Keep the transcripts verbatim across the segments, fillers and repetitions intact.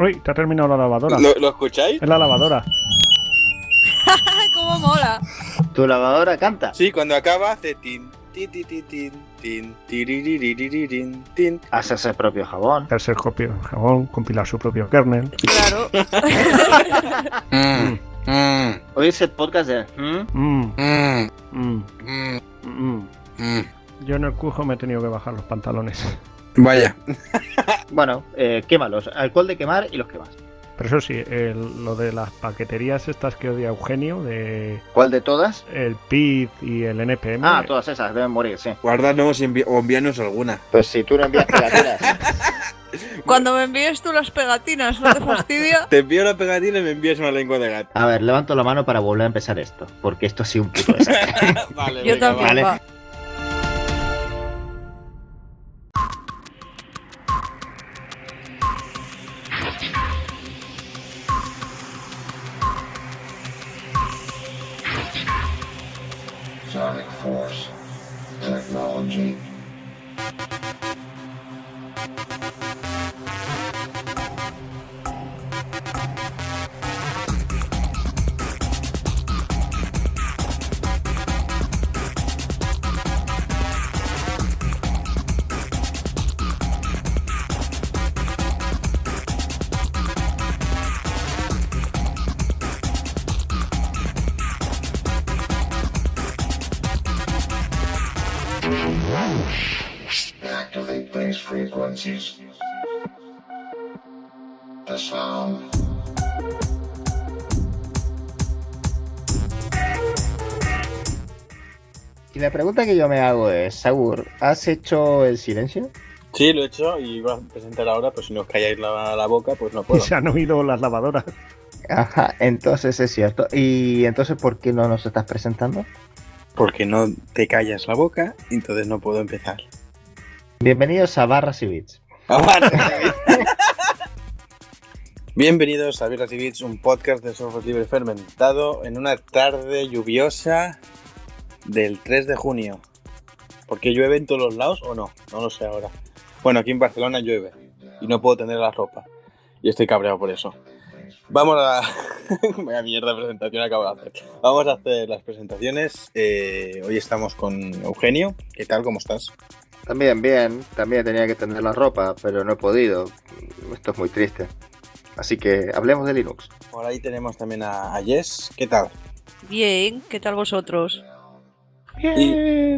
Uy, te ha terminado la lavadora. ¿Lo, ¿Lo escucháis? Es la lavadora. ¡Cómo mola! ¿Tu lavadora canta? Sí, cuando acaba hace tin, tin, tin, tin, tin, tin, tiririririn, tin. Hace ese propio jabón. Hacerse el propio jabón, compilar su propio kernel. Claro. Mm, mm, Hoy es el podcast de... ¿Mm? Mm, mm, mm, mm, mm. mm. Yo en el cujo me he tenido que bajar los pantalones. Vaya. Bueno, eh, quémalos. Alcohol de quemar y los quemas. Pero eso sí, el- lo de las paqueterías estas que odia Eugenio, de ¿Cuál de todas? el P I D y el N P M. Ah, todas esas. Deben morir, sí. Guárdanos y envi- o envíanos alguna. Pues si tú no envías pegatinas. Cuando me envíes tú las pegatinas, ¿no te fastidia? Te envío la pegatina y me envías una lengua de gato. A ver, levanto la mano para volver a empezar esto. Porque esto ha sido un puto desastre. Vale, Yo venga, también, vale. va. Sonic Force Technology. Activate these frequencies. The sound. Y la pregunta que yo me hago es, Sagur, ¿has hecho el silencio? Sí, lo he hecho y iba a presentar ahora, pues si no os calláis la, la boca, pues no Y puedo. se han oído las lavadoras. Ajá, entonces es cierto. ¿Y entonces por qué no nos estás presentando? Porque no te callas la boca, entonces no puedo empezar. Bienvenidos a Barras y Bits. Bienvenidos a Birras y Bits, un podcast de software libre fermentado en una tarde lluviosa del tres de junio. ¿Por qué llueve en todos los lados o no? No lo sé ahora. Bueno, aquí en Barcelona llueve y no puedo tener la ropa. Y estoy cabreado por eso. Vamos a... Vaya mierda de presentación acabo de hacer. Vamos a hacer las presentaciones. Eh, hoy estamos con Eugenio. ¿Qué tal? ¿Cómo estás? También, bien. También tenía que tener la ropa, pero no he podido. Esto es muy triste. Así que hablemos de Linux. Por ahí tenemos también a, a Jess. ¿Qué tal? Bien, ¿qué tal vosotros? Y,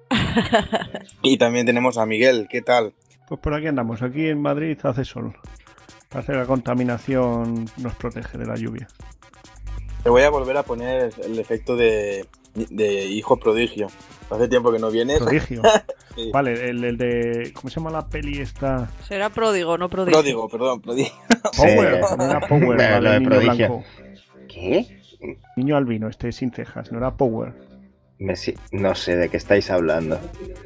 y también tenemos a Miguel. ¿Qué tal? Pues por aquí andamos. Aquí en Madrid hace sol. Parece que la contaminación nos protege de la lluvia. Te voy a volver a poner el efecto de, de hijo prodigio. Hace tiempo que no vienes. Prodigio. Sí. Vale, el, el de... ¿Cómo se llama la peli esta? Será pródigo, no prodigio. Pródigo, perdón, prodigio. Power. Sí. No era Power, Lo vale, de el niño prodigio. blanco. ¿Qué? Niño albino, este sin cejas. No era Power. Me si- no sé de qué estáis hablando.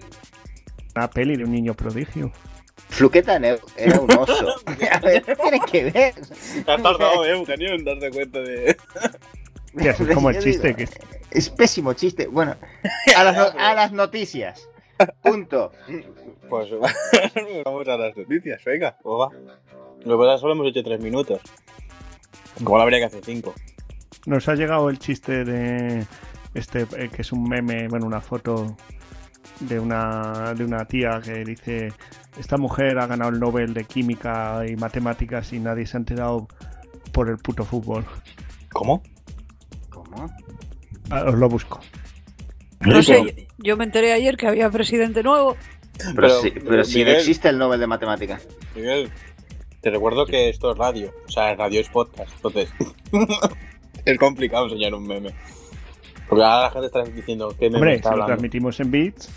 Una peli de un niño prodigio. Fluqueta ne- era un oso. A ver, ¿qué tiene que ver? Has tardado, eh, Eugenio, en darte cuenta de... Hostia, eso es como el Yo chiste digo, que... Es pésimo chiste. Bueno, a las, no- a las noticias. Punto. Pues vamos a las noticias, venga, pues va. Lo que pasa es que solo hemos hecho tres minutos. Igual habría que hacer cinco. Nos ha llegado el chiste de... Este, eh, que es un meme, bueno, una foto de una, de una tía que dice: esta mujer ha ganado el Nobel de Química y Matemáticas y nadie se ha enterado por el puto fútbol. ¿Cómo? ¿Cómo? Ah, os lo busco. No sé, yo me enteré ayer que había presidente nuevo. Pero, Pero, si, pero pero, si no Miguel- existe el Nobel de Matemáticas. Miguel, te recuerdo que esto es radio. O sea, radio es podcast, entonces... es complicado enseñar un meme. Porque ahora la gente está diciendo qué meme Hombre, si está lo hablando. transmitimos en bits,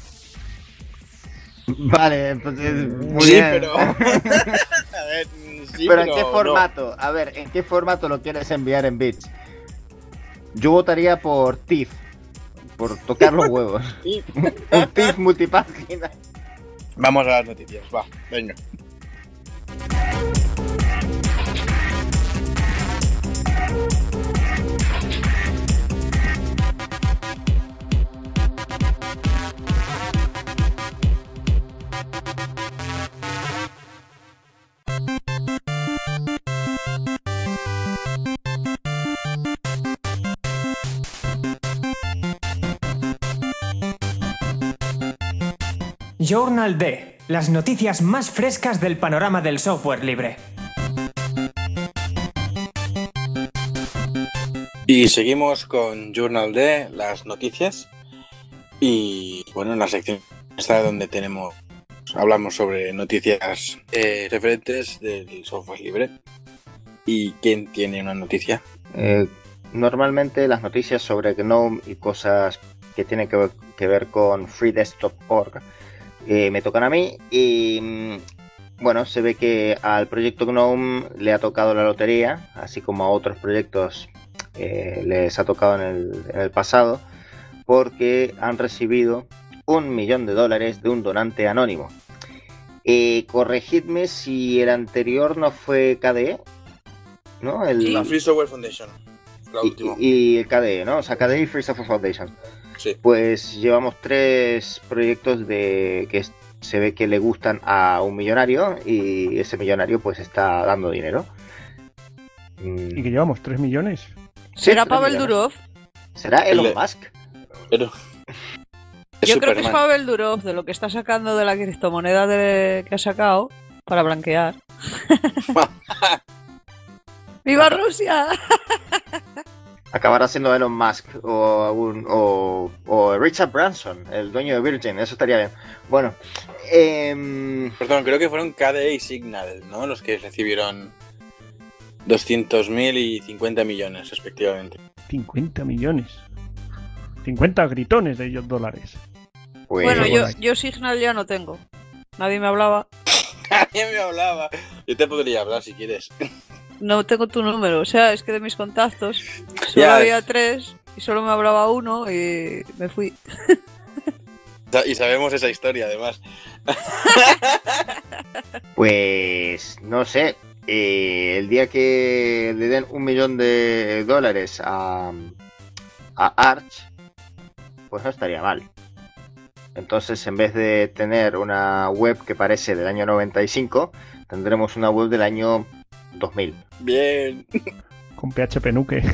Vale, entonces. Muy Sí, bien. pero... a ver, sí, pero ¿en qué no. formato? A ver, ¿en qué formato lo quieres enviar en bits? Yo votaría por T I F. Por tocar los huevos. Sí. Un T I F multipágina. Vamos a las noticias, va, venga. Journal D, las noticias más frescas del panorama del software libre. Y seguimos con Journal D, las noticias. Y bueno, en la sección está donde tenemos, hablamos sobre noticias eh, referentes del software libre. ¿Y quién tiene una noticia? Eh, normalmente las noticias sobre GNOME y cosas que tienen que ver, que ver con free desktop punto org eh, me tocan a mí. Y bueno, se ve que al proyecto GNOME le ha tocado la lotería, así como a otros proyectos eh, les ha tocado en el, en el pasado, porque han recibido un millón de dólares de un donante anónimo. Eh, corregidme si el anterior no fue K D E, ¿no? El, La Free Software Foundation, la y, última. y, y el K D E, ¿no? O sea, K D E y Free Software Foundation. Sí. Pues llevamos tres proyectos de que se ve que le gustan a un millonario y ese millonario pues está dando dinero. ¿Y que llevamos tres millones? ¿Será Sí, tres Pavel millones. Durov? ¿Será Elon El- Musk? Pero... es Yo creo que es Superman. Pavel Durov de lo que está sacando de la criptomoneda de... que ha sacado para blanquear. ¡Viva Rusia! Acabará siendo Elon Musk o, algún, o, o Richard Branson, el dueño de Virgin, eso estaría bien. Bueno, eh, Perdón, creo que fueron K D E y Signal, ¿no? Los que recibieron doscientos mil y cincuenta millones, respectivamente. cincuenta millones. cincuenta gritones de ellos dólares. pues Bueno, yo, like. yo Signal ya no tengo. Nadie me hablaba. Nadie me hablaba. Yo te podría hablar si quieres. No tengo tu número. O sea, es que de mis contactos solo Ya. había tres y solo me hablaba uno y me fui. Y sabemos esa historia, además. Pues no sé, eh, el día que le den un millón de dólares a, a Arch, pues no estaría mal. Entonces, en vez de tener una web que parece del año noventa y cinco, tendremos una web del año dos mil. Bien. Con P H P Nuke.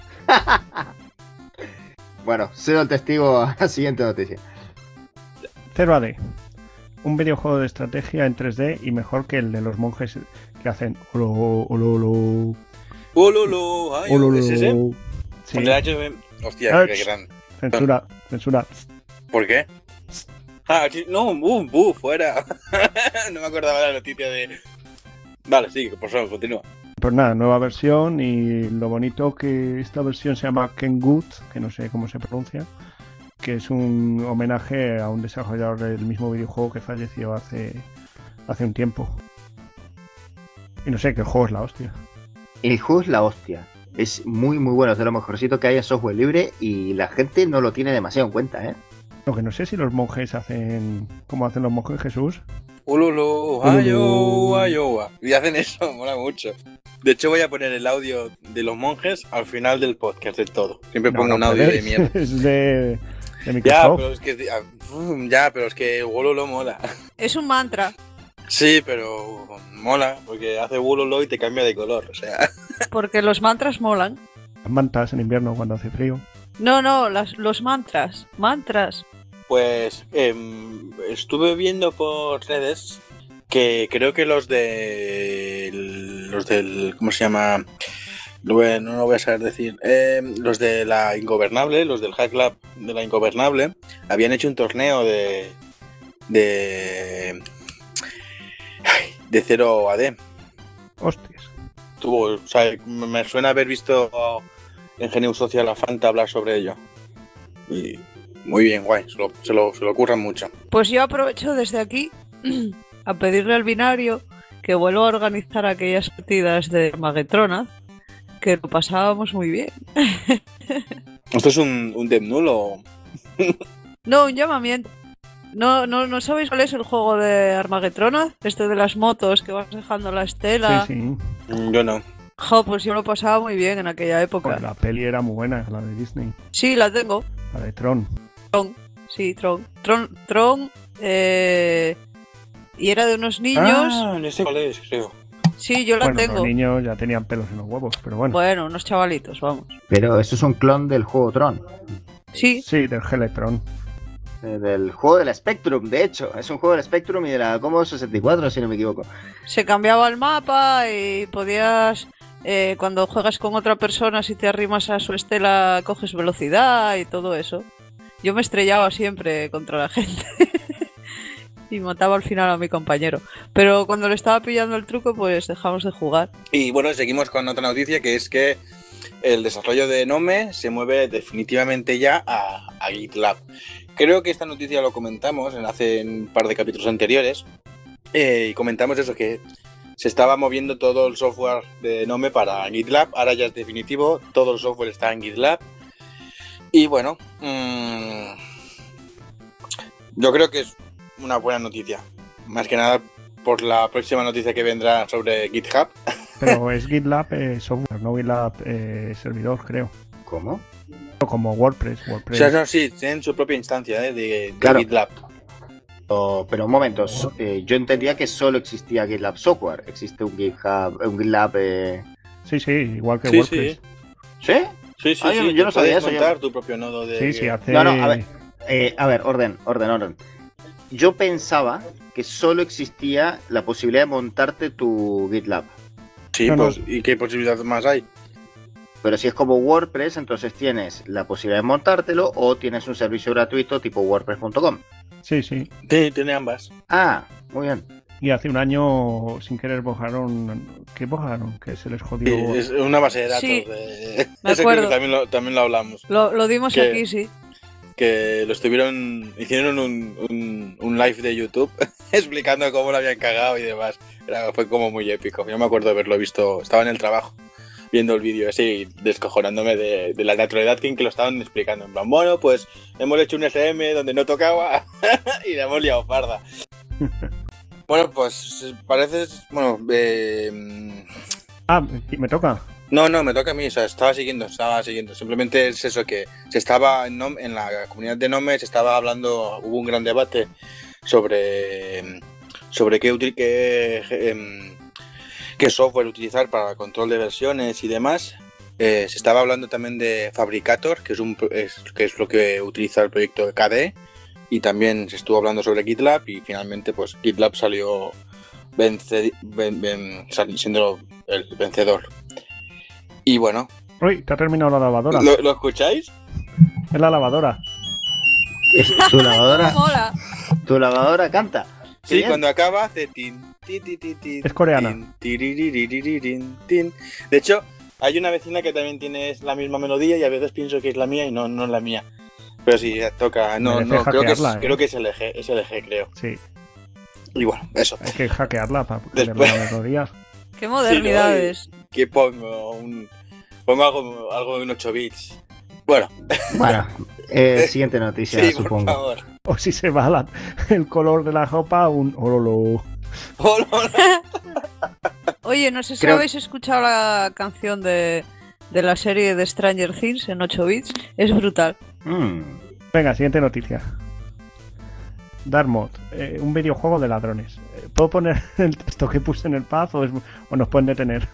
Bueno, cedo el testigo a la siguiente noticia. cero A D. Un videojuego de estrategia en tres D y mejor que el de los monjes que hacen olo, olo, olo, Ululu, ay, olo, ¿es ese? olo. Sí. Con el H B. Hostia, Ah, qué gran. Censura, censura. ¿Por qué? Ah, sí, no, uh, uh, fuera. No me acordaba de la noticia de... Vale, sí, por favor, continúa. Pues nada, nueva versión y lo bonito que esta versión se llama Ken Good, que no sé cómo se pronuncia, que es un homenaje a un desarrollador del mismo videojuego que falleció hace, hace un tiempo. Y no sé, que el juego es la hostia. El juego es la hostia. Es muy muy bueno, es de lo mejorcito que hay en software libre y la gente no lo tiene demasiado en cuenta, ¿eh? Lo que no sé si los monjes hacen como hacen los monjes Jesús. Ululu, ayo, ayo. Y hacen eso, mola mucho. De hecho, voy a poner el audio de los monjes al final del podcast, de todo. Siempre No, pongo no un audio puedes. de mierda. Es de, de Ya, Microsoft. pero es que ah, uf, ya, pero es que Wololo mola. Es un mantra. Sí, pero mola, porque hace Wololo y te cambia de color, o sea. Porque los mantras molan. Las mantas en invierno cuando hace frío. No, no, las, los mantras. Mantras. Pues em, estuve viendo por redes que creo que los de los del ¿cómo se llama? Bueno, no lo voy a saber decir. Em, los de la Ingobernable, los del Hack Lab de la Ingobernable, habían hecho un torneo de de de cero A D. Hostias. Tuvo, o sea, me suena haber visto en G N U Social a Fanta hablar sobre ello. Y muy bien, guay, se lo, se lo, se lo curran mucho. Pues yo aprovecho desde aquí a pedirle al binario que vuelva a organizar aquellas partidas de Armageddon, que lo pasábamos muy bien. ¿Esto es un, un dev null o...? No, un llamamiento. ¿No, no, ¿No sabéis cuál es el juego de Armageddon? Este de las motos que vas dejando la estela. Sí, sí. Yo no. Jo, pues yo lo pasaba muy bien en aquella época. Pues la peli era muy buena, la de Disney. Sí, la tengo. La de Tron. Tron. Sí, Tron. Tron, Tron eh... y era de unos niños. Ah, no sé cuál es, creo. Sí, yo la Bueno, tengo. los niños ya tenían pelos en los huevos, pero bueno. Bueno, unos chavalitos, vamos. Pero eso es un clon del juego Tron. Sí, Sí, del Geletron. eh, del juego de la Spectrum, de hecho. Es un juego de la Spectrum y de la Commodore sesenta y cuatro, si no me equivoco. Se cambiaba el mapa y podías, eh, cuando juegas con otra persona, si te arrimas a su estela, coges velocidad y todo eso. Yo me estrellaba siempre contra la gente y mataba al final a mi compañero. Pero cuando le estaba pillando el truco, pues dejamos de jugar. Y bueno, seguimos con otra noticia, que es que el desarrollo de Nome se mueve definitivamente ya a, a GitLab. Creo que esta noticia lo comentamos en hace un par de capítulos anteriores, eh, y comentamos eso, que se estaba moviendo todo el software de Nome para GitLab. Ahora ya es definitivo, todo el software está en GitLab. Y bueno, mmm, yo creo que es una buena noticia, más que nada por la próxima noticia que vendrá sobre GitHub. Pero es GitLab eh, software, no GitLab eh, servidor, creo. ¿Cómo? Como WordPress. WordPress. O sea, no, sí, tienen su propia instancia, ¿eh? de, de Claro. GitLab. O- pero un momento, so- eh, yo entendía que solo existía GitLab Software. Existe un GitHub, un GitLab... Eh... Sí, sí, igual que Sí, WordPress. ¿Sí? Sí, sí, Ah, yo- sí, yo tú no sabía puedes eso, yo- montar tu propio nodo de... Sí, sí, hace... No, no, a ver. Eh, a ver, orden, orden, orden. Yo pensaba que solo existía la posibilidad de montarte tu GitLab. Sí, No, no. pues, ¿y qué posibilidades más hay? Pero si es como WordPress, entonces tienes la posibilidad de montártelo o tienes un servicio gratuito tipo WordPress punto com. Sí, sí. Sí, tiene ambas. Ah, muy bien. Y hace un año, sin querer, bojaron... ¿Qué bojaron? Que se les jodió... Sí, es una base de datos. Sí, de... me Ese creo que acuerdo. también lo, también lo hablamos. Lo, lo dimos ¿Qué? aquí, sí. Que lo estuvieron, hicieron un, un, un live de YouTube explicando cómo lo habían cagado y demás. Era, fue como muy épico. Yo me acuerdo de haberlo visto, estaba en el trabajo viendo el vídeo ese y descojonándome de, de la naturalidad con que lo estaban explicando. En plan, bueno, pues hemos hecho un S M donde no tocaba y le hemos liado parda. Bueno, pues parece, bueno, eh, Ah, me toca. no, no, me toca a mí, o sea, estaba siguiendo, estaba siguiendo. Simplemente es eso, que se estaba en, Nom- en la comunidad de Nome, se estaba hablando, hubo un gran debate sobre, sobre qué, util- qué, em, qué software utilizar para el control de versiones y demás. Eh, se estaba hablando también de Fabricator, que es, un, pro- es, que es lo que utiliza el proyecto de K D E, y también se estuvo hablando sobre GitLab, y finalmente pues GitLab salió vence- ven- ven- sal- siendo el vencedor. Y bueno, Uy, te ha terminado la lavadora. ¿lo, lo escucháis? Es la lavadora. ¿Tu lavadora, ¿Cómo mola? tu lavadora canta? Qué Sí, bien. cuando acaba hace tin, ti, ti, ti, ti, Es coreana. tin, tiririririn, tin. De hecho, hay una vecina que también tiene la misma melodía y a veces pienso que es la mía y no, no es la mía. Pero sí, toca. No, Merece no, creo que, es, hackearla, ¿eh? creo que es L G, es L G, creo. Sí, Y bueno, eso. hay que hackearla para poner Después- la melodía. Qué modernidades. ¿Qué pongo? Un, pongo algo, algo en ocho bits. Bueno, Bueno, eh, siguiente noticia, sí, por supongo. favor. O si se va la- el color de la ropa, un ololo. Oh, no, no. Oye, no sé si Creo- habéis escuchado la canción de, de la serie de Stranger Things en ocho bits. Es brutal. Mm, Venga, siguiente noticia. Darmod, eh, un videojuego de ladrones. Eh, ¿Puedo poner el texto que puse en el pad o, es- o nos pueden detener?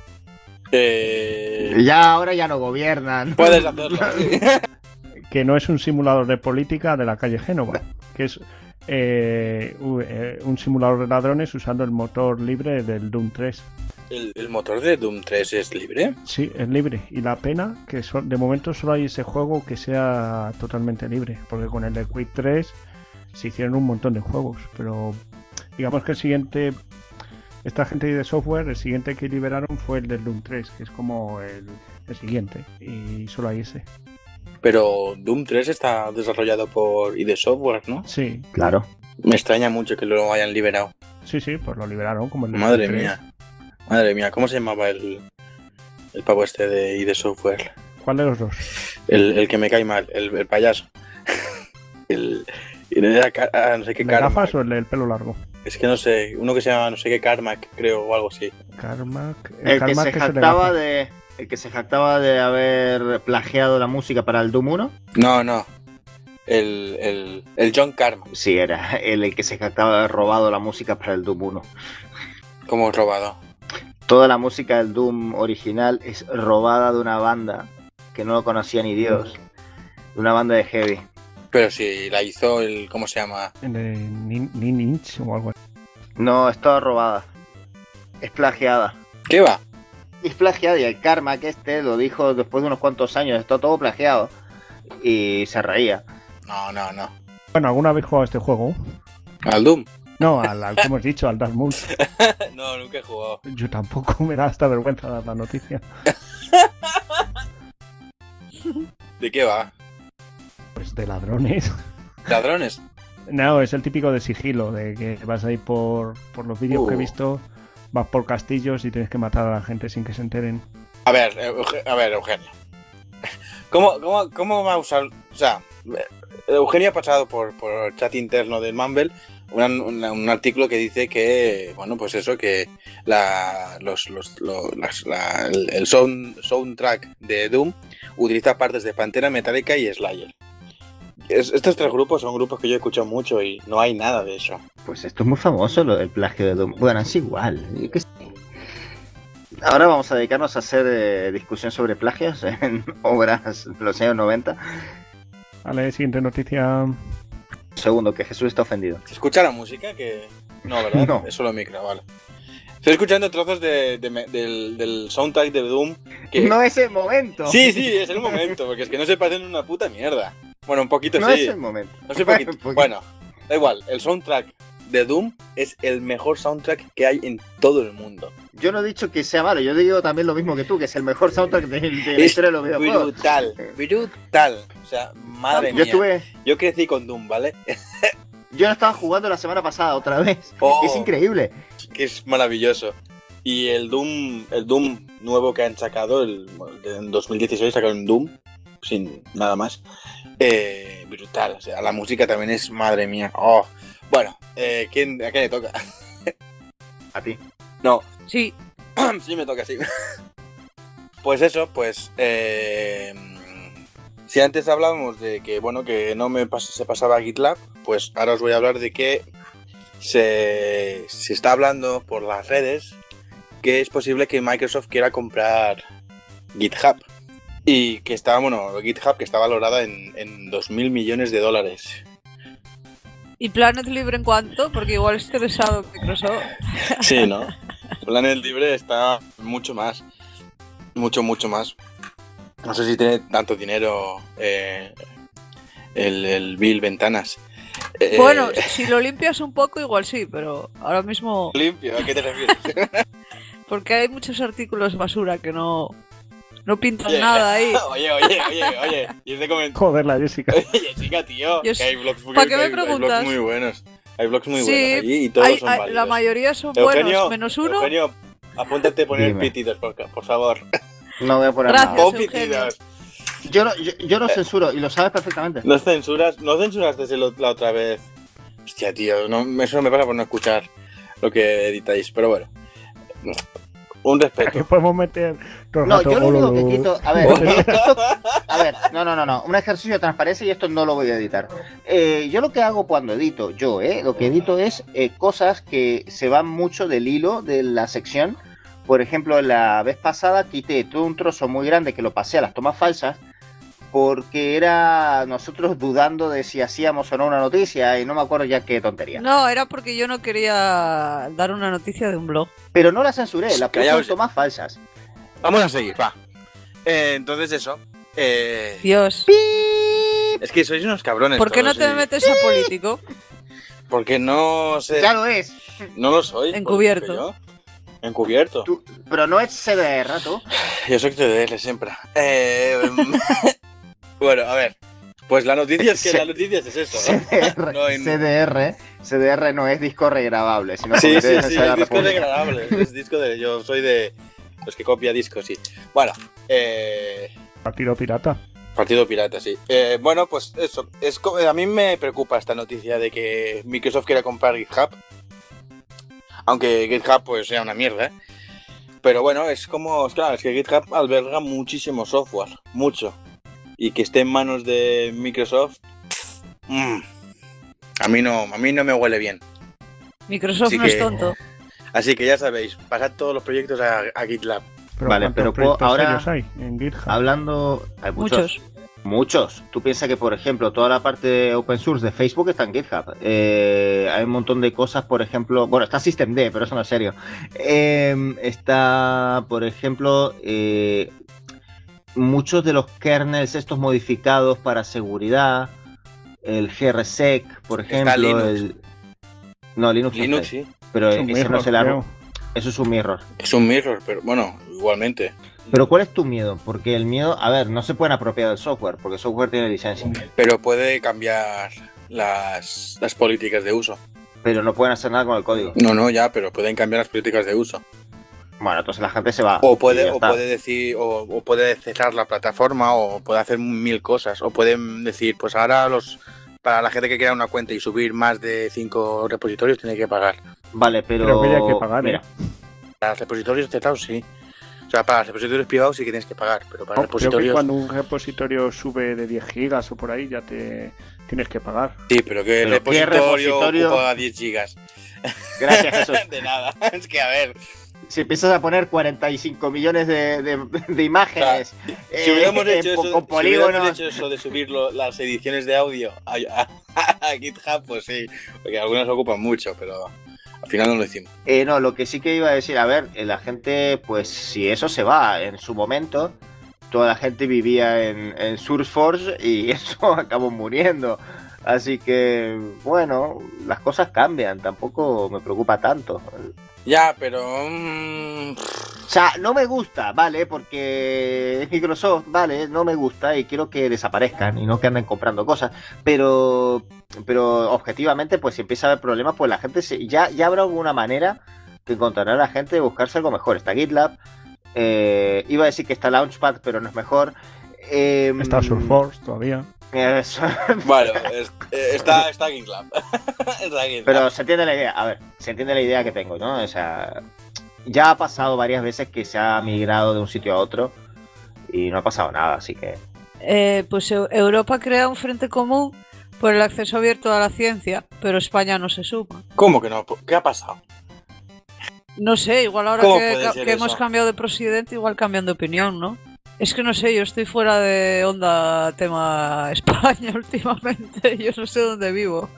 Eh, Ya ahora ya no gobiernan. puedes hacerlo. sí. Que no es un simulador de política de la calle Génova, que es eh, u- eh, un simulador de ladrones usando el motor libre del Doom tres. ¿El, el motor de Doom tres es libre? Sí, es libre. Y la pena que so- de momento solo hay ese juego que sea totalmente libre, porque con el de Quake tres se hicieron un montón de juegos, pero digamos que el siguiente, esta gente de software, el siguiente que liberaron fue el del Doom tres, que es como el, el siguiente, y solo hay ese. Pero Doom tres está desarrollado por I D Software, ¿no? Sí, Claro. Me extraña mucho que lo hayan liberado. sí, sí, pues lo liberaron como el del Madre Doom tres. mía. Madre mía, ¿cómo se llamaba el, el pavo este de I D Software? ¿Cuál de los dos? El, el que me cae mal, el, el payaso. el, era Car- ah, no sé qué ¿El de Carmack. gafas o el del pelo largo? Es que no sé, uno que se llama no sé qué Carmack, creo, o algo así. Carmack. El que Carmack se es el de jactaba gafas. de. El que se jactaba de haber plagiado la música para el Doom uno. No, no. El, el, el John Carmack, Sí, era el, el que se jactaba de haber robado la música para el Doom uno. como robado. Toda la música del Doom original es robada de una banda que no lo conocía ni Dios. De una banda de heavy. Pero si la hizo el... ¿Cómo se llama? En el Nin- Ninja o algo así. No, es toda robada. Es plagiada. ¿Qué va? Es plagiada y el Karma que este lo dijo después de unos cuantos años. Está todo plagiado. Y se reía. No, no, no. Bueno, ¿alguna vez jugado a este juego? ¿Al Doom? No, al, al que hemos dicho, al Dark Moon. No, nunca he jugado. Yo tampoco, me da hasta vergüenza dar la noticia. ¿De qué va? Pues de ladrones. ¿Ladrones? No, es el típico de sigilo, de que vas ahí por, por los vídeos Uh. que he visto, vas por castillos y tienes que matar a la gente sin que se enteren. A ver, Euge- a ver, Eugenio. ¿Cómo, cómo, cómo va a usar...? O sea, Eugenio ha pasado por, por el chat interno del Mumble una- una- un artículo que dice que, bueno, pues eso, que la, los, los, lo- las- la- el el sound, soundtrack de Doom utiliza partes de Pantera, Metallica y Slayer. Es- estos tres grupos son grupos que yo he escuchado mucho y no hay nada de eso. Pues esto es muy famoso, lo del plagio de Doom. Bueno, es igual. Yo qué sé. Ahora vamos a dedicarnos a hacer eh, discusión sobre plagios en obras de los años noventa. Vale, siguiente noticia. Segundo, que Jesús está ofendido. ¿Se escucha la música? Que no, ¿verdad? No. Es solo micro, vale. Estoy escuchando trozos de, de me- del, del soundtrack de Doom. Que... No es el momento. Sí, sí, es el momento, porque es que no se parecen una puta mierda. Bueno, un poquito No sí. es el momento. No sé Bueno, poquito. un poquito. Bueno, da igual, el soundtrack de Doom es el mejor soundtrack que hay en todo el mundo. Yo no he dicho que sea malo, yo digo también lo mismo que tú, que es el mejor soundtrack de, de la Es historia de los videojuegos. brutal, brutal. O sea, madre Yo mía. estuve, Yo crecí con Doom, ¿vale? yo lo estaba jugando la semana pasada otra vez. Oh. Es increíble. Que es maravilloso. Y el Doom, el Doom nuevo que han sacado, el, en dos mil dieciséis sacaron Doom, sin nada más. Eh, brutal, o sea, la música también es, madre mía. Oh. Bueno, eh, ¿quién, ¿a quién le toca? A ti. No, Sí, sí me toca, sí. Pues eso, pues... Eh, si antes hablábamos de que, bueno, que no me pas- se pasaba a GitLab, pues ahora os voy a hablar de que se, se está hablando por las redes que es posible que Microsoft quiera comprar GitHub. Y que está, bueno, GitHub que está valorada en, en dos mil millones de dólares. ¿y Planet Libre en cuánto? Porque igual es interesado Microsoft. Sí, ¿no? Planet Libre está mucho más. Mucho, mucho más. No sé si tiene tanto dinero eh, el, el Bill Ventanas. Eh, Bueno, si lo limpias un poco igual sí, pero ahora mismo... limpio, ¿a qué te refieres? Porque hay muchos artículos basura que no, no pintan Oye, nada ahí. Oye, oye, oye, oye. Y es de comentar. Joder, la Jessica. Oye, Jessica, tío. Yo Que hay blogs, ¿para qué me hay- hay blogs preguntas? muy buenos. Hay blogs muy Sí, buenos allí y todos Hay- son hay- válidos. la mayoría son Eugenio, buenos, menos uno. Eugenio, apúntate a poner Dime. pitidos, por, por favor. No voy a poner Gracias. nada. Pon Eugenio. pitidos. Yo no, yo, yo no censuro y lo sabes perfectamente. No censuras, no censuraste el ot- la otra vez. Hostia, tío, no, eso me pasa por no escuchar lo que editáis, pero bueno. Un Aquí respeto. podemos meter todo el No, rato, yo lo único que ololo. quito. A ver, esto- a ver, no, no, no, no. Un ejercicio de transparencia y esto no lo voy a editar. Eh, yo lo que hago cuando edito, yo, eh, lo que edito es eh, cosas que se van mucho del hilo de la sección. Por ejemplo, la vez pasada quité todo un trozo muy grande que lo pasé a las tomas falsas. Porque era nosotros dudando de si hacíamos o no una noticia y no me acuerdo ya qué tontería. No, era porque yo no quería dar una noticia de un blog. Pero no la censuré, la puse en Callaos. tomas falsas. Vamos a seguir, va. Eh, entonces eso. Eh, Dios. es que sois unos cabrones. ¿Por qué no todos, te y- metes a político? Porque no sé. Ya lo es. No lo soy. Encubierto. ¿Yo? Encubierto. Tú- pero no es C D R, tú. Yo soy T D R siempre. Eh, bueno, a ver. Pues la noticia es que Sí. la noticia es eso, C ¿no? D R, No hay- C D R, C D R no es disco regrabable, sino Sí, Comité sí, de sí, Defensa de la es disco República. degradable. Es disco de. Yo soy de los que copia discos, sí. Bueno, eh. Partido pirata. Partido pirata, sí. Eh, bueno, pues eso. Es, co- a mí me preocupa esta noticia de que Microsoft quiera comprar GitHub. Aunque GitHub pues sea una mierda, ¿eh? Pero bueno, es como... Claro, es que GitHub alberga muchísimo software. Mucho. Y que esté en manos de Microsoft... mm, a mí no, a mí no me huele bien. Microsoft Así no es que- tonto. Así que ya sabéis, pasad todos los proyectos a, a GitLab. Pero Vale, ¿cuántos pero puedo- proyectos ahora- serios hay en GitHub? Hablando... Hay muchos. Muchos. Muchos. Tú piensas que, por ejemplo, toda la parte de open source de Facebook está en GitHub. Eh, hay un montón de cosas, por ejemplo... Bueno, está Systemd, pero eso no es serio. Eh, está, por ejemplo... Eh, muchos de los kernels estos modificados para seguridad, el grsec, por ejemplo, Está Linux. el no Linux, Linux no sé, sí. pero Es un ese no mirror, es el árbol, creo. eso es un mirror. Es un mirror, pero bueno, igualmente. Pero ¿cuál es tu miedo? Porque el miedo, a ver, no se pueden apropiar del software, porque el software tiene licencia, Pero puede cambiar las, las políticas de uso. pero no pueden hacer nada con el código. No, no, ya, pero pueden cambiar las políticas de uso. Bueno, entonces la gente se va. O y puede, ya o está. puede decir, o, o puede cerrar la plataforma, o puede hacer mil cosas. O pueden decir, pues ahora los para la gente que crea una cuenta y subir más de cinco repositorios tiene que pagar. Vale, pero... Creo que ya hay que pagar, Mira, ¿eh? Para los repositorios cerrados sí. O sea, para los repositorios privados sí que tienes que pagar, pero para No, los creo que repositorios... cuando un repositorio sube de diez gigas o por ahí ya te tienes que pagar. Sí, pero que el ¿Pero qué repositorio, repositorio? ocupa diez gigas. gracias Jesús. De nada. Es que, a ver, Si empiezas a poner cuarenta y cinco millones de, de, de imágenes si hubiéramos, eh, hecho, con eso, si polígonos... hubiéramos hecho eso de subir lo- las ediciones de audio a, a- a GitHub, pues sí, porque algunas ocupan mucho, pero al final no lo hicimos. Eh, no, lo que sí que iba a decir, a ver, eh, la gente, pues si eso se va, en su momento, toda la gente vivía en, en SourceForge y eso acabó muriendo. Así que, bueno, las cosas cambian, tampoco me preocupa tanto. Ya, pero... mm, O sea, no me gusta, ¿vale? Porque es Microsoft, ¿vale? No me gusta y quiero que desaparezcan y no que anden comprando cosas. Pero, pero objetivamente, pues si empieza a haber problemas, pues la gente se, ya, ya habrá alguna manera que encontrará la gente de buscarse algo mejor. Está GitLab, eh, iba a decir que está Launchpad, pero no es mejor. Eh, Está SourceForge todavía. eso. Bueno, es- eh, está, está GitLab. Está GitLab. Pero se entiende la idea, a ver, se entiende la idea que tengo, ¿no? O sea, ya ha pasado varias veces que se ha migrado de un sitio a otro y no ha pasado nada, así que... Eh, pues Eu- Europa crea un frente común por el acceso abierto a la ciencia, pero España no se suma. ¿Cómo que no? ¿Qué ha pasado? No sé, igual ahora ¿Cómo que, puede ca- ser que hemos eso? cambiado de presidente, igual cambian de opinión, ¿no? Es que no sé, yo estoy fuera de onda tema España últimamente, yo no sé dónde vivo.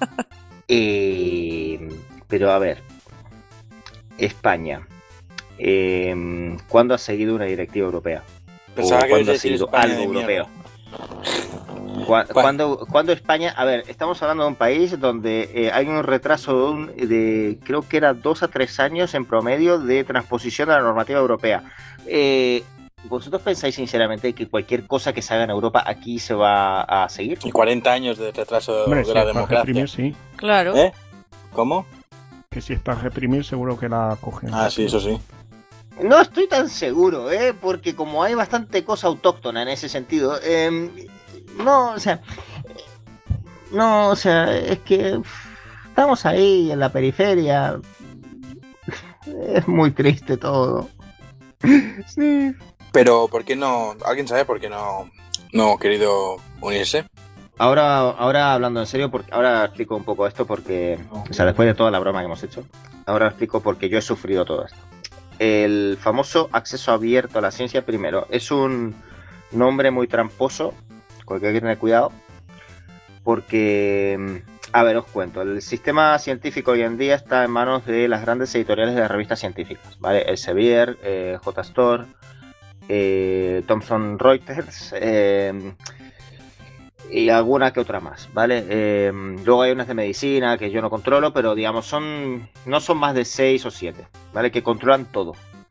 Eh, pero a ver, España, eh, ¿cuándo ha seguido una directiva europea? Pensaba ¿O que cuándo ha ibas a decir seguido España algo de europeo? mierda. ¿Cu- ¿Cuál? ¿Cuándo, cuándo España? A ver, estamos hablando de un país donde eh, hay un retraso de, un- de, creo que era dos a tres años en promedio de transposición de la normativa europea. Eh, ¿Vosotros pensáis sinceramente que cualquier cosa que se haga en Europa aquí se va a seguir? Y cuarenta años de retraso Hombre, de si la es para democracia. reprimir, sí. Claro. ¿Eh? ¿Cómo? Que si es para reprimir, seguro que la cogen. Ah, sí, eso sí. No estoy tan seguro, ¿eh? Porque como hay bastante cosa autóctona en ese sentido, eh, no, o sea, no, o sea, es que estamos ahí en la periferia, es muy triste todo. Sí. Pero, ¿por qué no? ¿Alguien sabe por qué no, no ha querido unirse? Ahora, ahora hablando en serio, porque ahora explico un poco esto porque, o sea, después de toda la broma que hemos hecho, ahora explico porque yo he sufrido todo esto. El famoso acceso abierto a la ciencia, primero, es un nombre muy tramposo, con el que hay que tener cuidado, porque, a ver, os cuento, el sistema científico hoy en día está en manos de las grandes editoriales de las revistas científicas, ¿vale? Elsevier, eh, JSTOR, eh, Thomson Reuters, eh, y alguna que otra más, ¿vale? Eh, luego hay unas de medicina que yo no controlo, pero digamos, son no son más de seis o siete, ¿vale? Que controlan todo.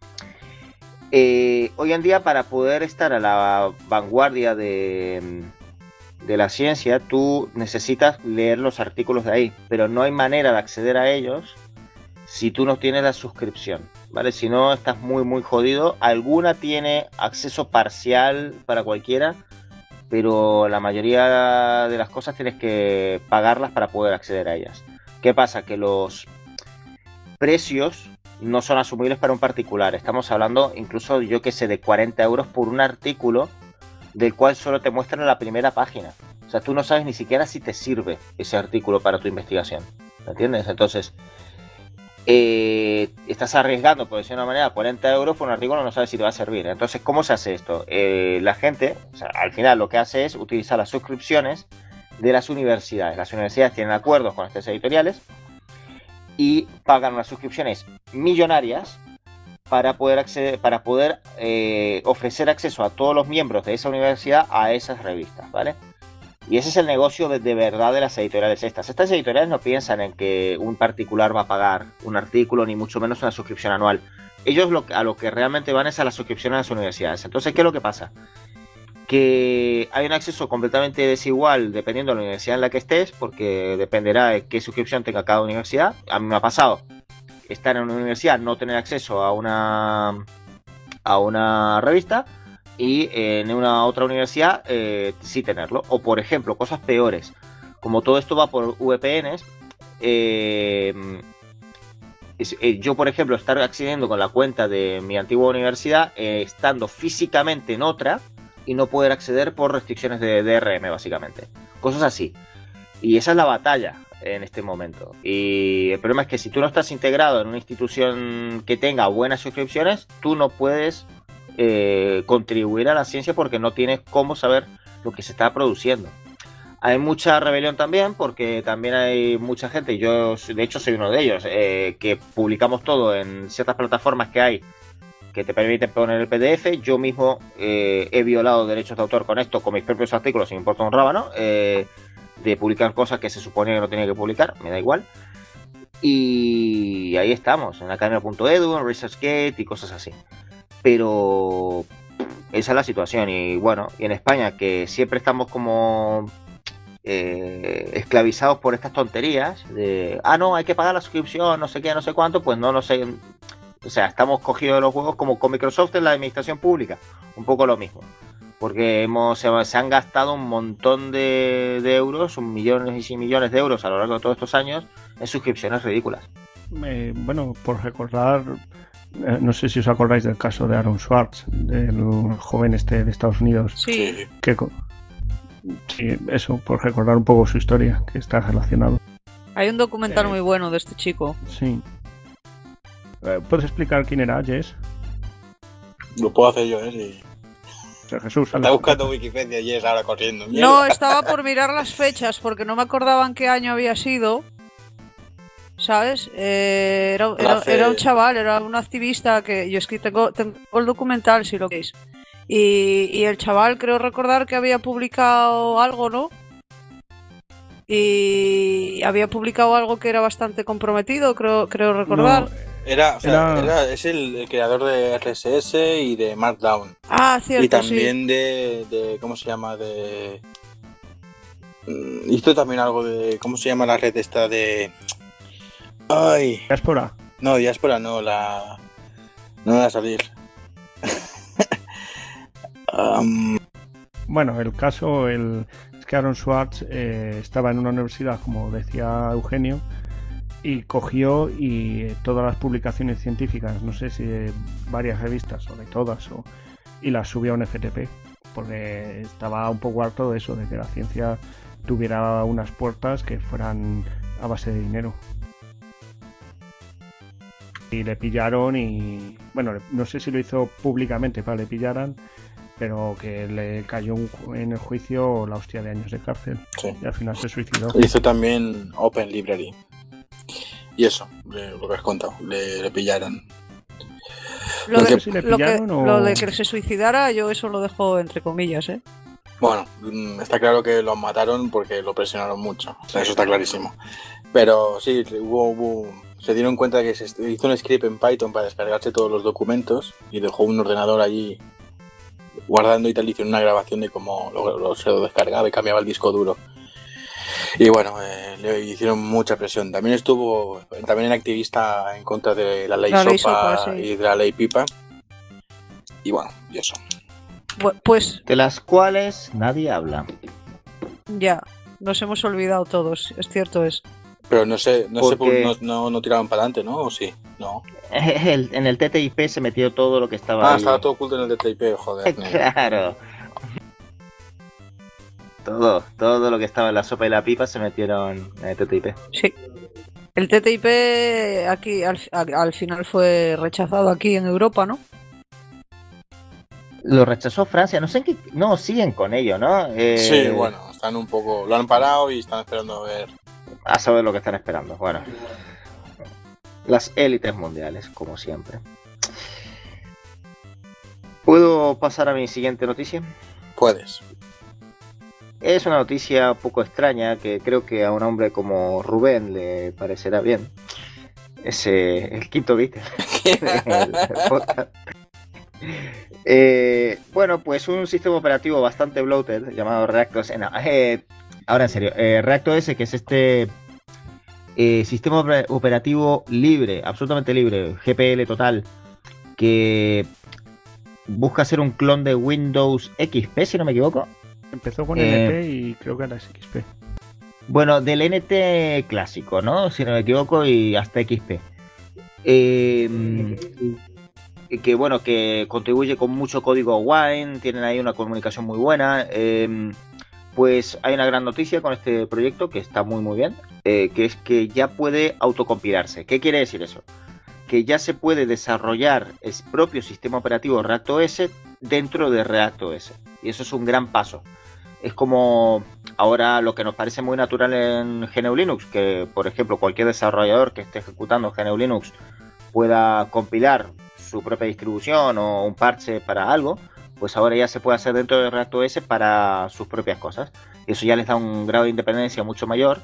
Eh, hoy en día, para poder estar a la vanguardia de, de la ciencia, tú necesitas leer los artículos de ahí, pero no hay manera de acceder a ellos si tú no tienes la suscripción, ¿vale? Si no, estás muy, muy jodido. Alguna tiene acceso parcial para cualquiera, pero la mayoría de las cosas tienes que pagarlas para poder acceder a ellas. ¿Qué pasa? Que los precios no son asumibles para un particular. Estamos hablando incluso, yo que sé, de cuarenta euros por un artículo del cual solo te muestran la primera página. O sea, tú no sabes ni siquiera si te sirve ese artículo para tu investigación. ¿Me entiendes? Entonces, eh, estás arriesgando, por decirlo de una manera, cuarenta euros por un artículo, no sabes si te va a servir. Entonces, ¿cómo se hace esto? Eh, la gente, o sea, al final lo que hace es utilizar las suscripciones de las universidades. Las universidades tienen acuerdos con estas editoriales y pagan unas suscripciones millonarias para poder acceder, para poder eh, ofrecer acceso a todos los miembros de esa universidad a esas revistas, ¿vale? Y ese es el negocio de, de verdad de las editoriales estas. Estas editoriales no piensan en que un particular va a pagar un artículo, ni mucho menos una suscripción anual. Ellos lo, a lo que realmente van es a la suscripción a las universidades. Entonces, ¿qué es lo que pasa? Que hay un acceso completamente desigual dependiendo de la universidad en la que estés, porque dependerá de qué suscripción tenga cada universidad. A mí me ha pasado estar en una universidad, no tener acceso a una, a una revista, y en una otra universidad eh, sí tenerlo. O por ejemplo, cosas peores, como todo esto va por V P Ns, eh, eh, yo por ejemplo estar accediendo con la cuenta de mi antigua universidad eh, estando físicamente en otra y no poder acceder por restricciones de D R M, básicamente, cosas así. Y esa es la batalla en este momento. Y el problema es que si tú no estás integrado en una institución que tenga buenas suscripciones, tú no puedes Eh, contribuir a la ciencia porque no tienes cómo saber lo que se está produciendo. Hay mucha rebelión también, porque también hay mucha gente, y yo de hecho soy uno de ellos, eh, que publicamos todo en ciertas plataformas que hay que te permiten poner el P D F. Yo mismo eh, he violado derechos de autor con esto, con mis propios artículos, sin importa un rábano, eh, de publicar cosas que se suponía que no tenía que publicar, me da igual. Y ahí estamos, en academia punto edu, en ResearchGate y cosas así. Pero esa es la situación. Y bueno, y en España, que siempre estamos como eh, esclavizados por estas tonterías de, ah, no, hay que pagar la suscripción, no sé qué, no sé cuánto, pues no lo sé. O sea, estamos cogidos de los juegos como con Microsoft en la administración pública, un poco lo mismo, porque hemos se, se han gastado un montón de, de euros, un millones y millones de euros a lo largo de todos estos años en suscripciones ridículas. Eh, bueno, por recordar, eh, no sé si os acordáis del caso de Aaron Swartz, del joven este de Estados Unidos. Sí. Que, sí, eso, por recordar un poco su historia, que está relacionado. Hay un documental Eh, muy bueno de este chico. Sí. Eh, ¿Puedes explicar quién era, Jess? Lo puedo hacer yo, ¿eh? Sí. O sea, Jesús. Está buscando Wikipedia y es ahora corriendo. ¡Mierda! No, estaba por mirar las fechas porque no me acordaba en qué año había sido. ¿Sabes? Eh, era, era, Hace- era un chaval, era un activista que yo es que tengo, tengo el documental, si lo queréis. Y, y el chaval creo recordar que había publicado algo, ¿no? Y había publicado algo que era bastante comprometido, creo, creo recordar. No, Era, o sea, Era- era- es el, el creador de R S S y de Markdown. Ah, cierto, Y también sí. de, de. ¿Cómo se llama? De. Mm, Hizo también algo de. ¿Cómo se llama la red esta de. Ay. Diáspora. No, diáspora no, la. No me va a salir. Am, Bueno, el caso el, es que Aaron Swartz eh, estaba en una universidad, como decía Eugenio, y cogió y eh, todas las publicaciones científicas, no sé si de varias revistas o de todas, o, y las subió a un F T P, porque estaba un poco harto de eso, de que la ciencia tuviera unas puertas que fueran a base de dinero. Y le pillaron y, bueno, no sé si lo hizo públicamente para que le pillaran, pero que le cayó un ju- en el juicio la hostia de años de cárcel sí. y al final se suicidó. Hizo también Open Library. Y eso, le- lo que has contado, le, le pillaron. Lo No de, sé si le lo, que, pillaron o- lo de que se suicidara, yo eso lo dejo entre comillas, ¿eh? Bueno, mm, está claro que lo mataron porque lo presionaron mucho. O sea, eso está clarísimo. Pero sí, hubo, hubo- se dieron cuenta de que se hizo un script en Python para descargarse todos los documentos y dejó un ordenador allí guardando y tal. Hicieron una grabación de cómo lo, lo- se lo descargaba y cambiaba el disco duro. Y bueno, eh, le hicieron mucha presión. También estuvo también en activista en contra de la ley La ley SOPA, SOPA, sí. y de la ley PIPA. Y bueno, y eso. Bu- Pues De las cuales nadie habla. ya, nos hemos olvidado todos, es cierto es. Pero no sé, no sé, Porque- no, no, no tiraban para adelante, ¿no? ¿O sí? No. El- en el T T I P se metió todo lo que estaba Ah, ahí. estaba todo oculto en el D T I P, joder. nene. Claro. Todo, todo lo que estaba en la sopa y la pipa se metieron en el T T I P. Sí. El T T I P aquí al, al, al final fue rechazado aquí en Europa, ¿no? Lo rechazó Francia, no sé en qué... No, siguen con ello, ¿no? Eh, Sí, bueno, están un poco... Lo han parado y están esperando a ver... A saber lo que están esperando. Bueno, las élites mundiales, como siempre. ¿Puedo pasar a mi siguiente noticia? Puedes. Es una noticia un poco extraña que creo que a un hombre como Rubén le parecerá bien. Es eh, el quinto beat del podcast. Eh, bueno, pues un sistema operativo bastante bloated llamado ReactOS. No, eh, ahora en serio, eh, ReactOS, que es este eh, sistema operativo libre, absolutamente libre, G P L total, que busca ser un clon de Windows X P, si no me equivoco. Empezó con Eh, N T y creo que ahora es X P. Bueno, del N T clásico, ¿no? Si no me equivoco, y hasta X P. Eh, que bueno, que contribuye con mucho código Wine, tienen ahí una comunicación muy buena. Eh, pues hay una gran noticia con este proyecto que está muy muy bien, eh, que es que ya puede autocompilarse. ¿Qué quiere decir eso? Que ya se puede desarrollar el propio sistema operativo ReactOS dentro de ReactOS. Y eso es un gran paso. Es como ahora lo que nos parece muy natural en G N U Linux, que por ejemplo cualquier desarrollador que esté ejecutando G N U Linux pueda compilar su propia distribución o un parche para algo, pues ahora ya se puede hacer dentro de ReactOS para sus propias cosas. Y eso ya les da un grado de independencia mucho mayor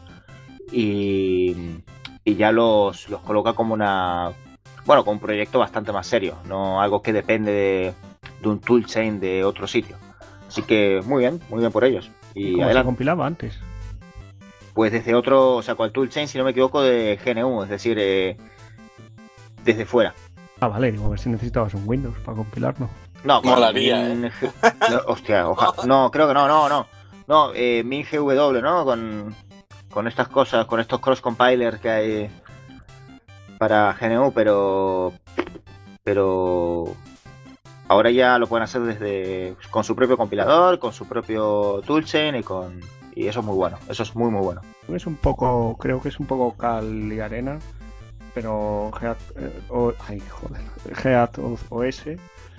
y, y ya los, los coloca como una... Bueno, como un proyecto bastante más serio, no algo que depende de, de un toolchain de otro sitio. Así que muy bien, muy bien por ellos. Y ¿Cómo se adelante. compilaba antes? Pues desde otro, o sea, con el toolchain, si no me equivoco, de G N U, es decir, eh, desde fuera. Ah, vale, digo, a ver si necesitabas un Windows para compilarlo. No, con Molaría, Min... ¿eh? No, hostia, ojalá. No, creo que no, no, no. No, eh, MinGW, ¿no? Con, con estas cosas, con estos cross compilers que hay para G N U, pero pero ahora ya lo pueden hacer desde con su propio compilador, con su propio toolchain y con y eso es muy bueno, eso es muy muy bueno. Es un poco, creo que es un poco cal y arena, pero Geat, eh, o, ay, joder, Geat O S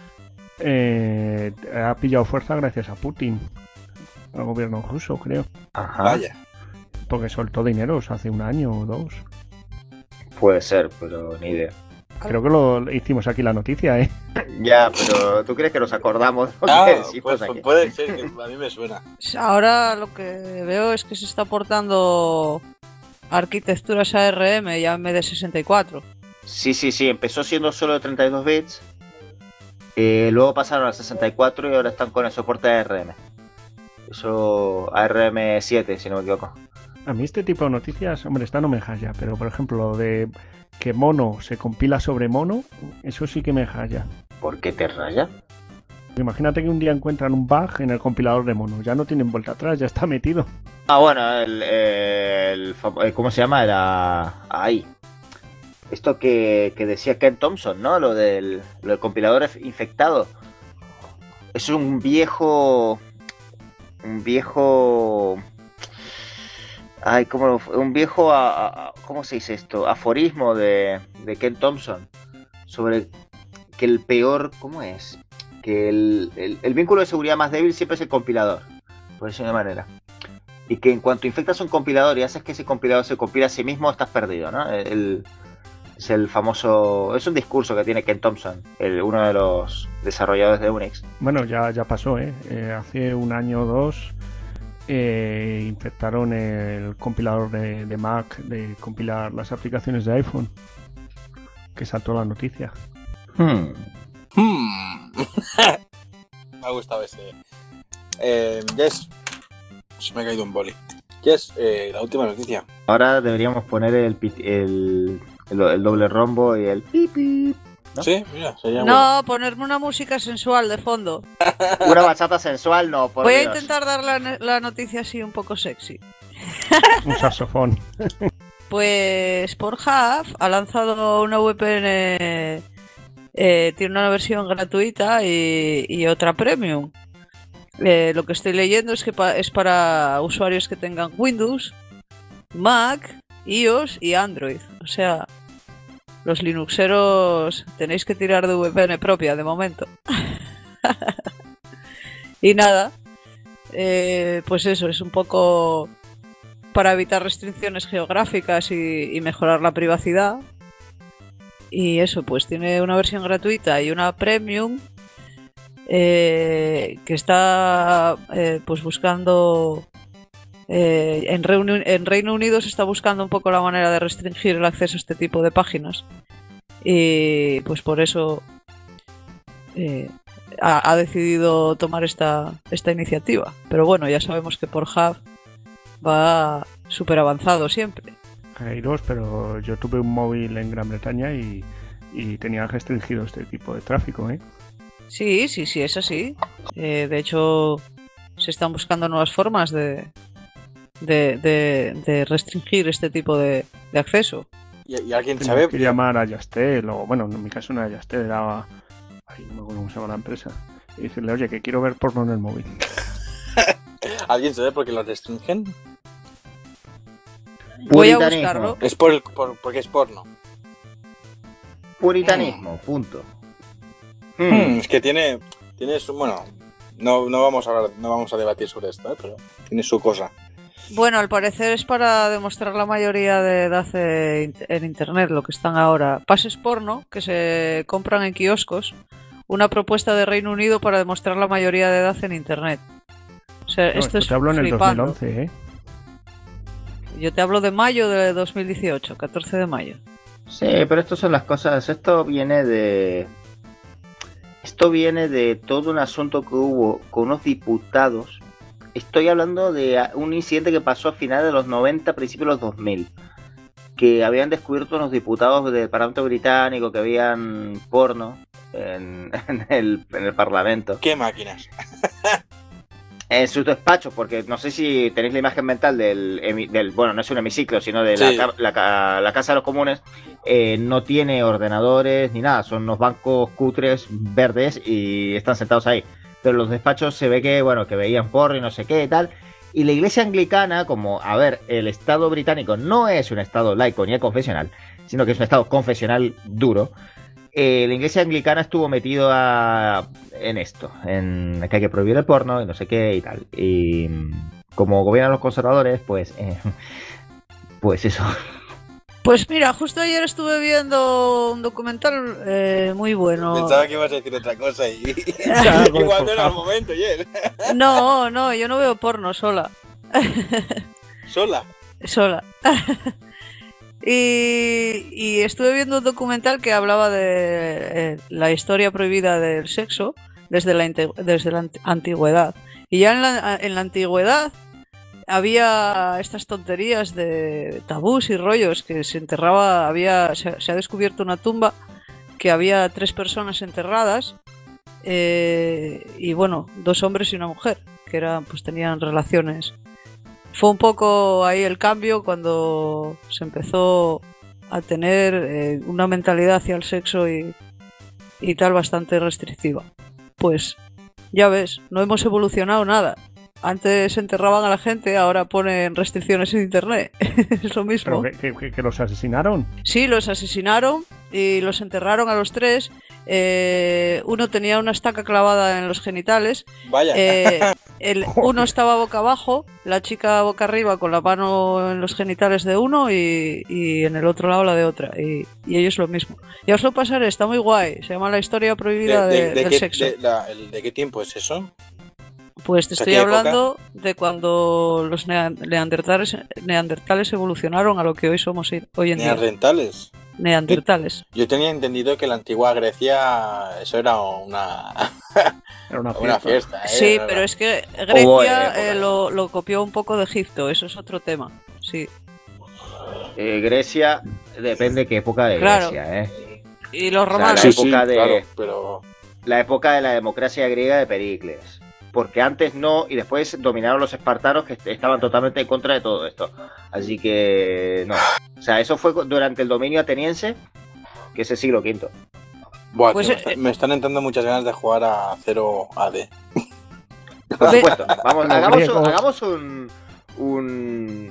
eh, ha pillado fuerza gracias a Putin, al gobierno ruso, creo, Ajá. Vaya. porque soltó dinero hace un año o dos. Puede ser, pero ni idea. Creo que lo hicimos aquí la noticia, ¿eh? Ya, pero ¿tú crees que nos acordamos lo que Ah, decimos pues aquí? puede ser, que a mí me suena. Ahora lo que veo es que se está aportando arquitecturas A R M ya en vez de sesenta y cuatro. Sí, sí, sí, empezó siendo solo de treinta y dos bits, eh, luego pasaron a sesenta y cuatro y ahora están con el soporte A R M. Eso, A R M siete, si no me equivoco. A mí este tipo de noticias, hombre, esta no me jalla, pero por ejemplo, lo de que mono se compila sobre mono, eso sí que me jalla. ¿Por qué te raya? Imagínate que un día encuentran un bug en el compilador de mono, ya no tienen vuelta atrás, ya está metido. Ah, bueno, el, el, el- ¿cómo se llama? Era ahí. Esto que, que decía Ken Thompson, ¿no? Lo del, lo del compilador infectado. Es un viejo... Un viejo... Ay, ¿cómo lo fue? Un viejo... A, a- ¿Cómo se dice esto? Aforismo de, de Ken Thompson. Sobre que el peor... ¿Cómo es? Que el, el, el vínculo de seguridad más débil siempre es el compilador. Por decirlo de manera. Y que en cuanto infectas un compilador y haces que ese compilador se compile a sí mismo, estás perdido, ¿no? El, es el famoso... Es un discurso que tiene Ken Thompson, el, uno de los desarrolladores de Unix. Bueno, ya, ya pasó, ¿eh? Eh, hace un año o dos eh, infectaron el compilador de, de Mac de compilar las aplicaciones de iPhone, que saltó la noticia. Hmm. Hmm. Me ha gustado ese. Eh, Jess, se me ha caído un boli. Jess, eh, la última noticia. Ahora deberíamos poner el, pit- el, el, el doble rombo y el pipi. ¿No? Sí, mira, sería bueno. No, ponerme una música sensual de fondo. Una bachata sensual, no, por Voy a Dios. intentar dar la, la noticia así un poco sexy. Un saxofón. Pues Pornhub ha lanzado una V P N, eh, tiene una versión gratuita y, y otra premium. Eh, lo que estoy leyendo es que pa- es para usuarios que tengan Windows, Mac iOS y Android. O sea, los Linuxeros tenéis que tirar de V P N propia de momento. Y nada, eh, pues eso, es un poco para evitar restricciones geográficas y, y mejorar la privacidad. Y eso, pues tiene una versión gratuita y una premium eh, que está eh, pues buscando... Eh, en, Reino, en Reino Unido se está buscando un poco la manera de restringir el acceso a este tipo de páginas. Y pues por eso eh, ha, ha decidido tomar esta, esta iniciativa. Pero bueno, ya sabemos que Pornhub va súper avanzado siempre. Iros, pero yo tuve un móvil en Gran Bretaña y, y tenía restringido este tipo de tráfico, ¿eh? Sí, sí, sí, es así. Eh, de hecho, se están buscando nuevas formas de, de, de, de restringir este tipo de, de acceso. ¿Y, y alguien Teníamos sabe? que llamar a Yastel, o bueno, en mi caso no era Yastel, era... Ay, no me acuerdo cómo se llama la empresa. Y decirle, oye, que quiero ver porno en el móvil. ¿Alguien sabe por qué lo restringen? Voy a Puritanismo. buscarlo. Es por, el, por porque es porno. Puritanismo, punto. Hmm, Hmm. es que tiene, tiene su, bueno, no, no vamos a hablar, no vamos a debatir sobre esto, ¿eh? Pero tiene su cosa. Bueno, al parecer es para demostrar la mayoría de edad en internet, lo que están ahora. Pases porno que se compran en kioscos, una propuesta de Reino Unido para demostrar la mayoría de edad en internet. O sea, No, esto esto es te hablo en el flipando. dos mil once, ¿eh? Yo te hablo de mayo de dos mil dieciocho, catorce de mayo. Sí, pero esto son las cosas, esto viene de... Esto viene de todo un asunto que hubo con unos diputados. Estoy hablando de un incidente que pasó a finales de los noventa, principios de los dos mil. Que habían descubierto unos diputados del Parlamento británico que habían porno en, en, el, en el Parlamento. ¿Qué máquinas? En sus despachos, porque no sé si tenéis la imagen mental del, hemi- del bueno, no es un hemiciclo, sino de Sí. la, ca- la, ca- la Casa de los Comunes. Eh, no tiene ordenadores ni nada, son unos bancos cutres verdes y están sentados ahí. Pero los despachos se ve que, bueno, que veían porno y no sé qué y tal. Y la Iglesia Anglicana, como, a ver, el Estado británico no es un Estado laico ni confesional, sino que es un Estado confesional duro. Eh, la Iglesia Anglicana estuvo metido a, en esto, en que hay que prohibir el porno y no sé qué y tal. Y como gobiernan los conservadores, pues, eh, pues eso. Pues mira, justo ayer estuve viendo un documental eh, muy bueno. Pensaba que ibas a decir otra cosa y Ya, con el igual no era el porno. momento, Yer. No, no, yo no veo porno sola. Sola. Sola. y, y estuve viendo un documental que hablaba de eh, la historia prohibida del sexo desde la, inte- desde la ant- antigüedad. Y ya en la, en la antigüedad había estas tonterías de tabús y rollos que se enterraba, había se, se ha descubierto una tumba que había tres personas enterradas eh, y bueno, dos hombres y una mujer que eran, pues tenían relaciones. Fue un poco ahí el cambio cuando se empezó a tener eh, una mentalidad hacia el sexo y, y tal bastante restrictiva. Pues ya ves, no hemos evolucionado nada. Antes enterraban a la gente, ahora ponen restricciones en internet. Es lo mismo. Pero que, que- que los asesinaron. Sí, los asesinaron y los enterraron a los tres. Eh, uno tenía una estaca clavada en los genitales. Vaya. Eh, el, uno estaba boca abajo, la chica boca arriba con la mano en los genitales de uno y, y en el otro lado la de otra. Y, y ellos lo mismo. Ya os lo pasaré, está muy guay. Se llama La historia prohibida ¿De, de- de- de del qué, sexo. de, la- el- ¿de qué tiempo es eso? Pues te ¿De estoy qué época? hablando de cuando los nea- neandertales, neandertales evolucionaron a lo que hoy somos hoy en día. Neandertales. Neandertales. Yo tenía entendido que en la antigua Grecia eso era una, Era una una fiesta. fiesta. ¿eh? Sí, Era- pero es que Hubo Grecia épocas. eh, lo, lo copió un poco de Egipto, eso es otro tema. Sí. Eh, Grecia, depende qué época de Claro. Grecia, ¿eh? Y los la romanos. Sí, sí, época de- claro, pero La época de la democracia griega de Pericles. Porque antes no, y después dominaron los espartanos que est- estaban totalmente en contra de todo esto. Así que no. O sea, eso fue durante el dominio ateniense, que es el siglo quinto. buah, Pues, tío, me, eh, está- me están entrando muchas ganas de jugar a cero A D. Por Ve- supuesto. Vamos, Los hagamos, un, griegos. hagamos un, un,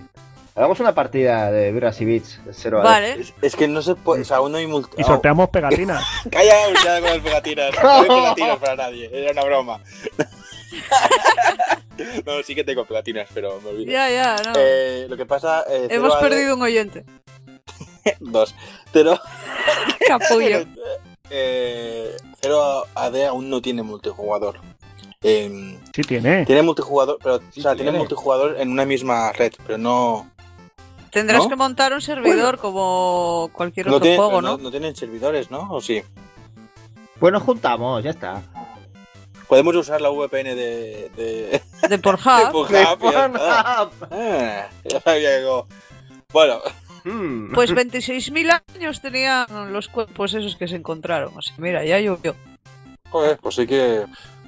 Hagamos una partida de Birras y Bits. Cero a Vale. Es, es que no se puede, o sea, aún no hay multi... Y sorteamos pegatinas. Calla, ya con las pegatinas. No hay pegatinas para nadie, era una broma. No, sí que tengo pegatinas, pero me olvido. Ya, ya, no. Eh, lo que pasa... Eh, Hemos cero A D perdido un oyente. Dos. Pero... Capullo. eh, cero A D aún no tiene multijugador. Eh, Sí tiene. tiene multijugador, pero Sí, o sea, tiene tiene. multijugador en una misma red, pero no... Tendrás ¿No? que montar un servidor como cualquier No, otro tiene- juego, no, ¿no? no tienen servidores, ¿no? ¿O sí? Pues nos juntamos, ya está. Podemos usar la V P N de... de... De de Pornhub. Pornhub, De ya está. Pornhub. Ah, ya sabía que como- Bueno, Mm. Pues veintiséis mil años tenían los cuerpos esos que se encontraron. O sea, mira, ya llovió. joder, pues sí que...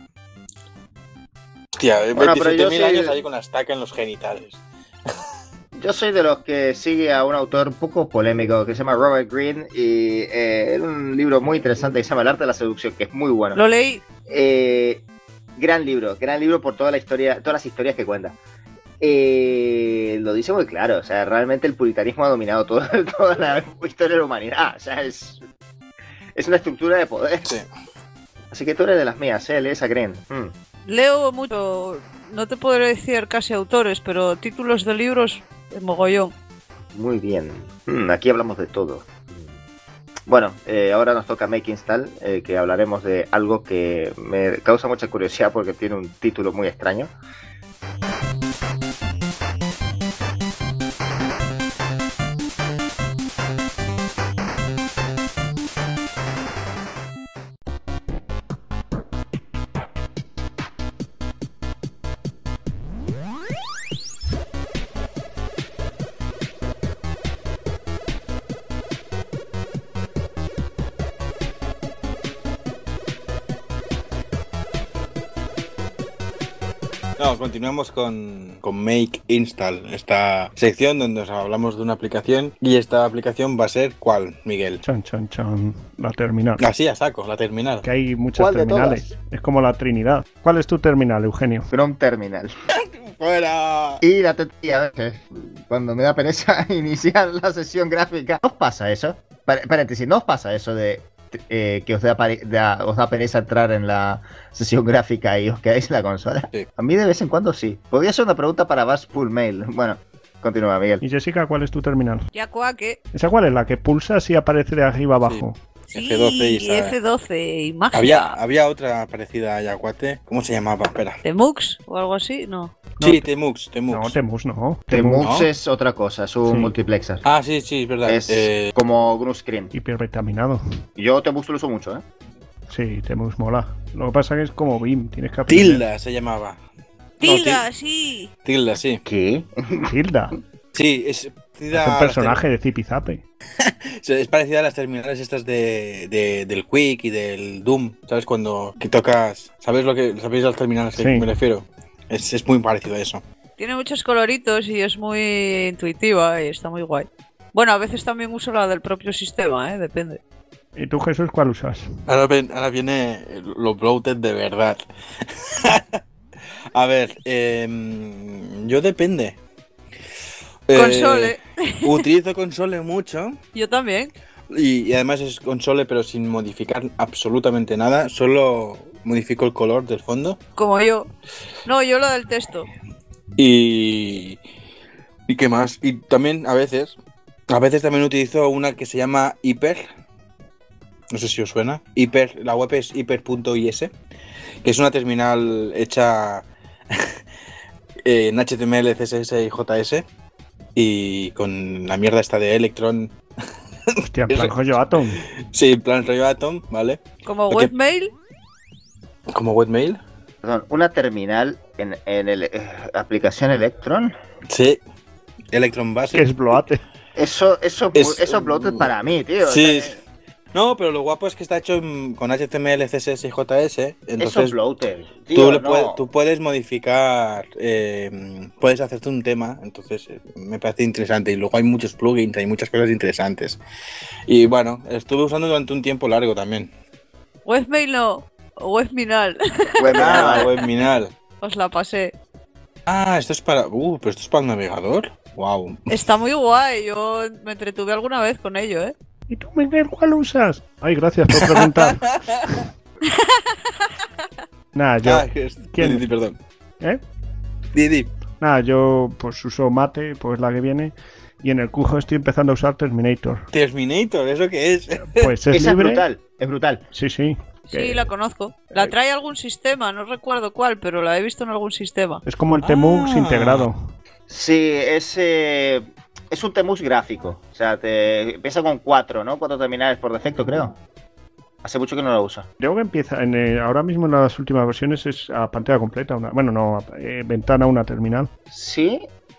Hostia, Bueno, pero yo veintisiete mil soy- años ahí con la estaca en los genitales. Yo soy de los que sigue a un autor un poco polémico que se llama Robert Greene y eh, un libro muy interesante que se llama El arte de la seducción, que es muy bueno. Lo leí. Eh, gran libro, gran libro por toda la historia, todas las historias que cuenta. Eh, lo dice muy claro, o sea, realmente el puritanismo ha dominado todo- toda la historia de la humanidad, o sea, es, es una estructura de poder. Sí. Así que tú eres de las mías, ¿eh? Lees a Greene. Mm. Leo mucho. No te podré decir casi autores, pero títulos de libros de mogollón. Muy bien. Mm, aquí hablamos de todo. Mm. Bueno, eh, ahora nos toca Make Install, eh, que hablaremos de algo que me causa mucha curiosidad porque tiene un título muy extraño. No, continuamos con, con Make Install, esta sección donde os hablamos de una aplicación. Y esta aplicación va a ser ¿cuál, Miguel? Chan, chan, chan. La terminal. Así a saco, la terminal. Que hay muchas ¿Cuál de terminales. Es como la Trinidad. ¿Cuál es tu terminal, Eugenio? Chrome Terminal. ¡Fuera! Y la tontería, que cuando me da pereza iniciar la sesión gráfica. ¿No os pasa eso? Par- Paréntesis, ¿no os pasa eso de eh, que os da, pare- da- os da pereza entrar en la sesión gráfica y os quedáis en la consola? Sí. A mí de vez en cuando sí. Podría ser una pregunta para Bass Full Mail. Bueno, continúa, Miguel. Y Jessica, ¿cuál es tu terminal? Ya cuaque. ¿Esa cuál es? La que pulsas y aparece de arriba abajo. Sí, F doce y esa- F doce y magia. Había, había otra parecida a Yakuate. ¿Cómo se llamaba? Espera. ¿Temux o algo así? No. No, Sí, Temux, Temux. No, Temus no. Temux ¿no? es otra cosa, es un Sí. multiplexer. Ah, sí, sí, es verdad. Es Eh, como Green Screen. Hipervitaminado. Yo Temux lo uso mucho, ¿eh? Sí, Temus mola. Lo que pasa es que es como B I M. Tienes que aprender. Tilda se llamaba. Tilda, Til- sí. Tilda, sí. ¿Qué? Tilda. Sí, es parecida Es un a las personaje de Zipizape. ter- Es parecida a las terminales estas de, de- del Quick y del Doom. ¿Sabes? Cuando que tocas. ¿Sabes lo que sabéis las terminales a Sí. que me refiero? Es, es muy parecido a eso. Tiene muchos coloritos y es muy intuitiva y está muy guay. Bueno, a veces también uso la del propio sistema, ¿eh? Depende. ¿Y tú, Jesús, cuál usas? Ahora, ven- ahora viene lo bloated de verdad. A ver, em, yo depende. Eh, Console. Utilizo console mucho. Yo también. Y, y además es console pero sin modificar absolutamente nada. Solo modifico el color del fondo. Como yo. No, yo la del texto. Y... ¿Y qué más? Y también a veces... A veces también utilizo una que se llama Hyper. No sé si os suena. Hyper, la web es hyper punto is. Que es una terminal hecha en H T M L, C S S y J S. Y con la mierda esta de Electron. Hostia, en plan rollo Atom. Sí, en plan rollo Atom, ¿vale? Como Lo que- webmail. Como webmail. Perdón, una terminal en, en el eh, aplicación Electron. Sí. Electron Que Basic. es bloate. Eso, eso, Es- eso es bloated para mí, tío. Sí. O sea, No, pero lo guapo es que está hecho en- con H T M L, C S S y J S. eso es Entonces bloated. tú, Tío, le no. puedes, tú puedes modificar, eh, puedes hacerte un tema. Entonces eh, me parece interesante. Y luego hay muchos plugins, hay muchas cosas interesantes. Y bueno, estuve usando durante un tiempo largo también. Webmail no. Webminal. Bueno, Ah, vale. Webminal. Os la pasé. Ah, esto es para... Uh, pero esto es para el navegador. Wow. Está muy guay, yo me entretuve alguna vez con ello, ¿eh? ¿Y tú, Miguel, cuál usas? Ay, gracias por preguntar. Nada, yo... Ah, es- ¿Quién? Didi, perdón. ¿Eh? Didi. Nada, yo pues uso Mate, pues la que viene. Y en el Cujo estoy empezando a usar Terminator. Terminator, ¿eso qué es? Pues es Esa es libre. brutal, es brutal. Sí, sí. Sí, Que la conozco. La trae algún sistema, no recuerdo cuál, pero la he visto en algún sistema. Es como el Temux Ah. integrado. Sí, es, eh, es un Temux gráfico. O sea, te empieza con cuatro, ¿no? Cuatro terminales por defecto, creo. Hace mucho que no lo usa. Creo que empieza, en el- ahora mismo en las últimas versiones es a pantalla completa. Una, bueno, no, eh, ventana, una terminal. Sí.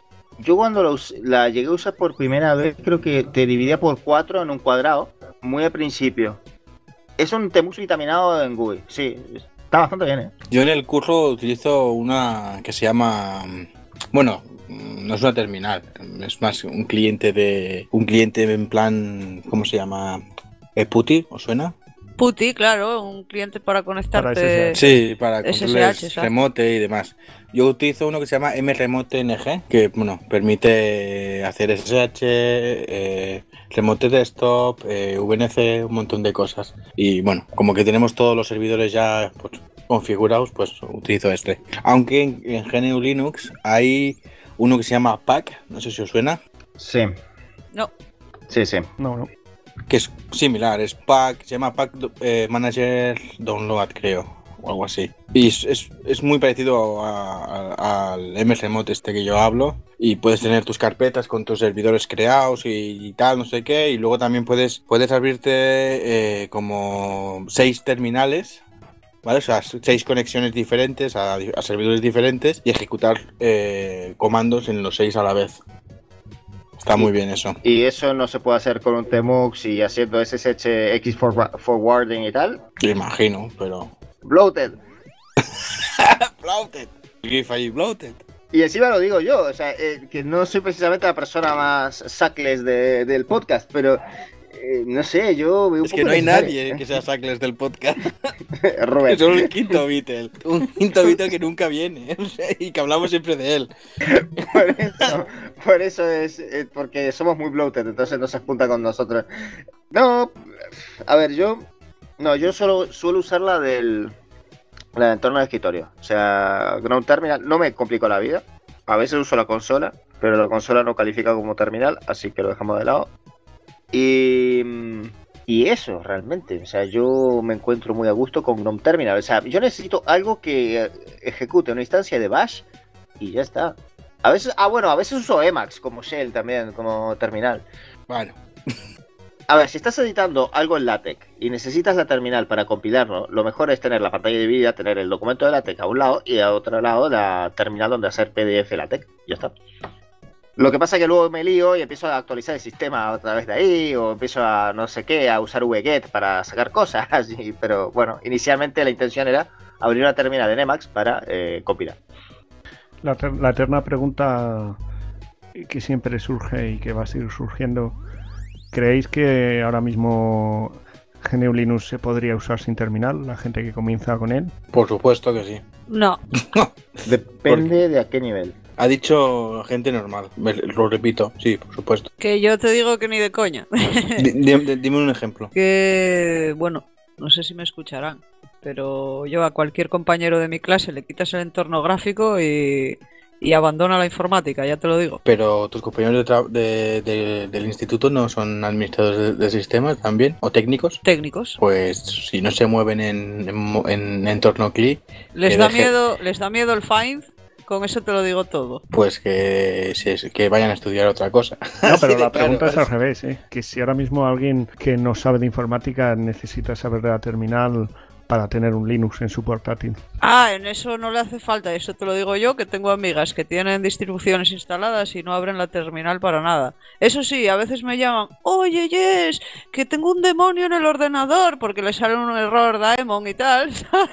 Yo cuando la, us- la llegué a usar por primera vez, creo que te dividía por cuatro en un cuadrado, muy al principio. Es un Temux vitaminado en G U I, sí. Está bastante bien, ¿eh? Yo en el curso utilizo una que se llama... Bueno, no es una terminal, es más un cliente de... Un cliente en plan... ¿Cómo se llama? ¿E P U T I? ¿Os suena? Putty, claro, un cliente para conectarte. S S H. Sí, para S S H, controles exacto. remote y demás. Yo utilizo uno que se llama M-Remote N G, que bueno, permite hacer S S H, eh, Remote Desktop, eh, V N C, un montón de cosas. Y bueno, como que tenemos todos los servidores ya pues, configurados, pues utilizo este. Aunque en, en G N U Linux hay uno que se llama P A C, no sé si os suena, Sí, No, sí, sí. No, no. que es similar, es P A C, se llama P A C eh, Manager Download, creo. O algo así. Y es, es, es muy parecido a- a- al M Remote este que yo hablo. Y puedes tener tus carpetas con tus servidores creados y, y tal, no sé qué. Y luego también puedes, puedes abrirte eh, como seis terminales, ¿vale? O sea, seis conexiones diferentes a, a servidores diferentes y ejecutar eh, comandos en los seis a la vez. Está muy bien eso. Y eso no se puede hacer con un Temux y haciendo S S H X forwa- forwarding y tal. Yo imagino, pero... Bloated. Bloated. If I bloated. Y encima lo digo yo, o sea, eh, que no soy precisamente la persona más sacles de- del podcast, pero eh, no sé, yo veo un Es que poco no hay necesario. nadie que sea Sackles del podcast. Robert. Solo el quinto Beatle. Un quinto Beatle que nunca viene. Y que hablamos siempre de él. Por eso, por eso es, eh, porque somos muy bloated, entonces no se junta con nosotros. No, a ver, yo, no, yo solo suelo usar la del, la del entorno de escritorio. O sea, Ground Terminal no me complico la vida. A veces uso la consola, pero la consola no califica como terminal, así que lo dejamos de lado. Y, y eso, realmente. O sea, yo me encuentro muy a gusto con Gnome Terminal. O sea, yo necesito algo que ejecute una instancia de Bash y ya está. A veces, ah, bueno, a veces uso Emacs como shell también, como terminal. Bueno, A ver, si estás editando algo en LaTeX y necesitas la terminal para compilarlo, lo mejor es tener la pantalla dividida, tener el documento de LaTeX a un lado y a otro lado la terminal donde hacer P D F LaTeX. Ya está. Lo que pasa es que luego me lío y empiezo a actualizar el sistema a través de ahí, o empiezo a no sé qué, a usar wget para sacar cosas. y- pero bueno, inicialmente la intención era abrir una terminal en Emacs para eh, compilar. La, ter- la eterna pregunta que siempre surge y que va a seguir surgiendo. ¿Creéis que ahora mismo G N U Linux se podría usar sin terminal? La gente que comienza con él. por supuesto que sí. no. Depende de a qué nivel. Ha dicho gente normal. Me- Lo repito. Sí, por supuesto. Que yo te digo que ni de coña. Di- di- Dime un ejemplo. Que, bueno, no sé si me escucharán, pero yo a cualquier compañero de mi clase le quitas el entorno gráfico y, y abandona la informática, ya te lo digo. Pero tus compañeros de tra- de- de- del instituto no son administradores de, de sistemas también, o técnicos. Técnicos. Pues si no se mueven en, en, mo- en entorno C L I, Les que da deje- miedo, les da miedo el find, con eso te lo digo todo. pues que, se- que vayan a estudiar otra cosa. No, Así pero de la claro. pregunta es al revés, ¿eh? Que si ahora mismo alguien que no sabe de informática necesita saber de la terminal para tener un Linux en su portátil. Ah, en eso no le hace falta, eso te lo digo yo, que tengo amigas que tienen distribuciones instaladas y no abren la terminal para nada. Eso sí, a veces me llaman, oye, Yes, que tengo un demonio en el ordenador, porque le sale un error daemon y tal.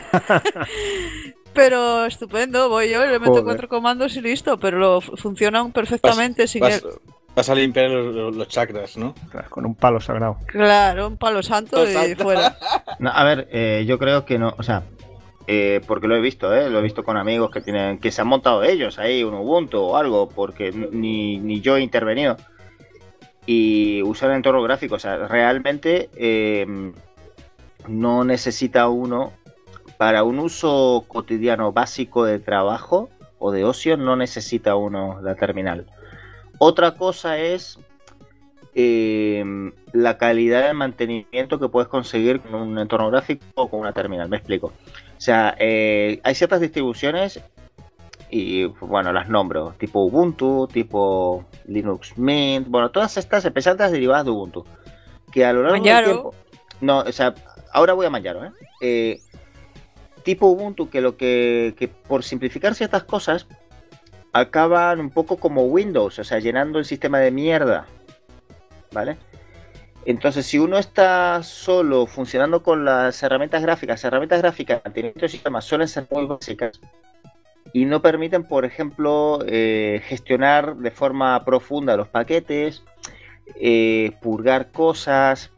Pero estupendo, voy yo, le meto Joder. cuatro comandos y listo, pero lo, funcionan perfectamente sin Vas, el... vas a limpiar los, los- los chakras, ¿no? O sea, con un palo sagrado. Claro, un palo santo Palo y santo. fuera. No, a ver, eh, yo creo que no, o sea, Eh, porque lo he visto, ¿eh? Lo he visto con amigos que tienen que se han montado ellos ahí un Ubuntu o algo, porque ni, ni yo he intervenido. Y usar el entorno gráfico, o sea, realmente eh, no necesita uno, para un uso cotidiano básico de trabajo o de ocio, no necesita uno la terminal. Otra cosa es eh, la calidad de mantenimiento que puedes conseguir con un entorno gráfico o con una terminal, me explico. O sea, eh, hay ciertas distribuciones y, bueno, las nombro, tipo Ubuntu, tipo Linux Mint, bueno, todas estas, especialmente las derivadas de Ubuntu, que a lo largo Manjaro. del tiempo... No, o sea, ahora voy a Manjaro, ¿eh? eh tipo Ubuntu, que lo que, que por simplificar ciertas cosas acaban un poco como Windows, o sea, llenando el sistema de mierda, ¿vale? Entonces, si uno está solo funcionando con las herramientas gráficas, herramientas gráficas, mantenimiento de sistemas suelen ser muy básicas y no permiten, por ejemplo, eh, gestionar de forma profunda los paquetes, eh, purgar cosas,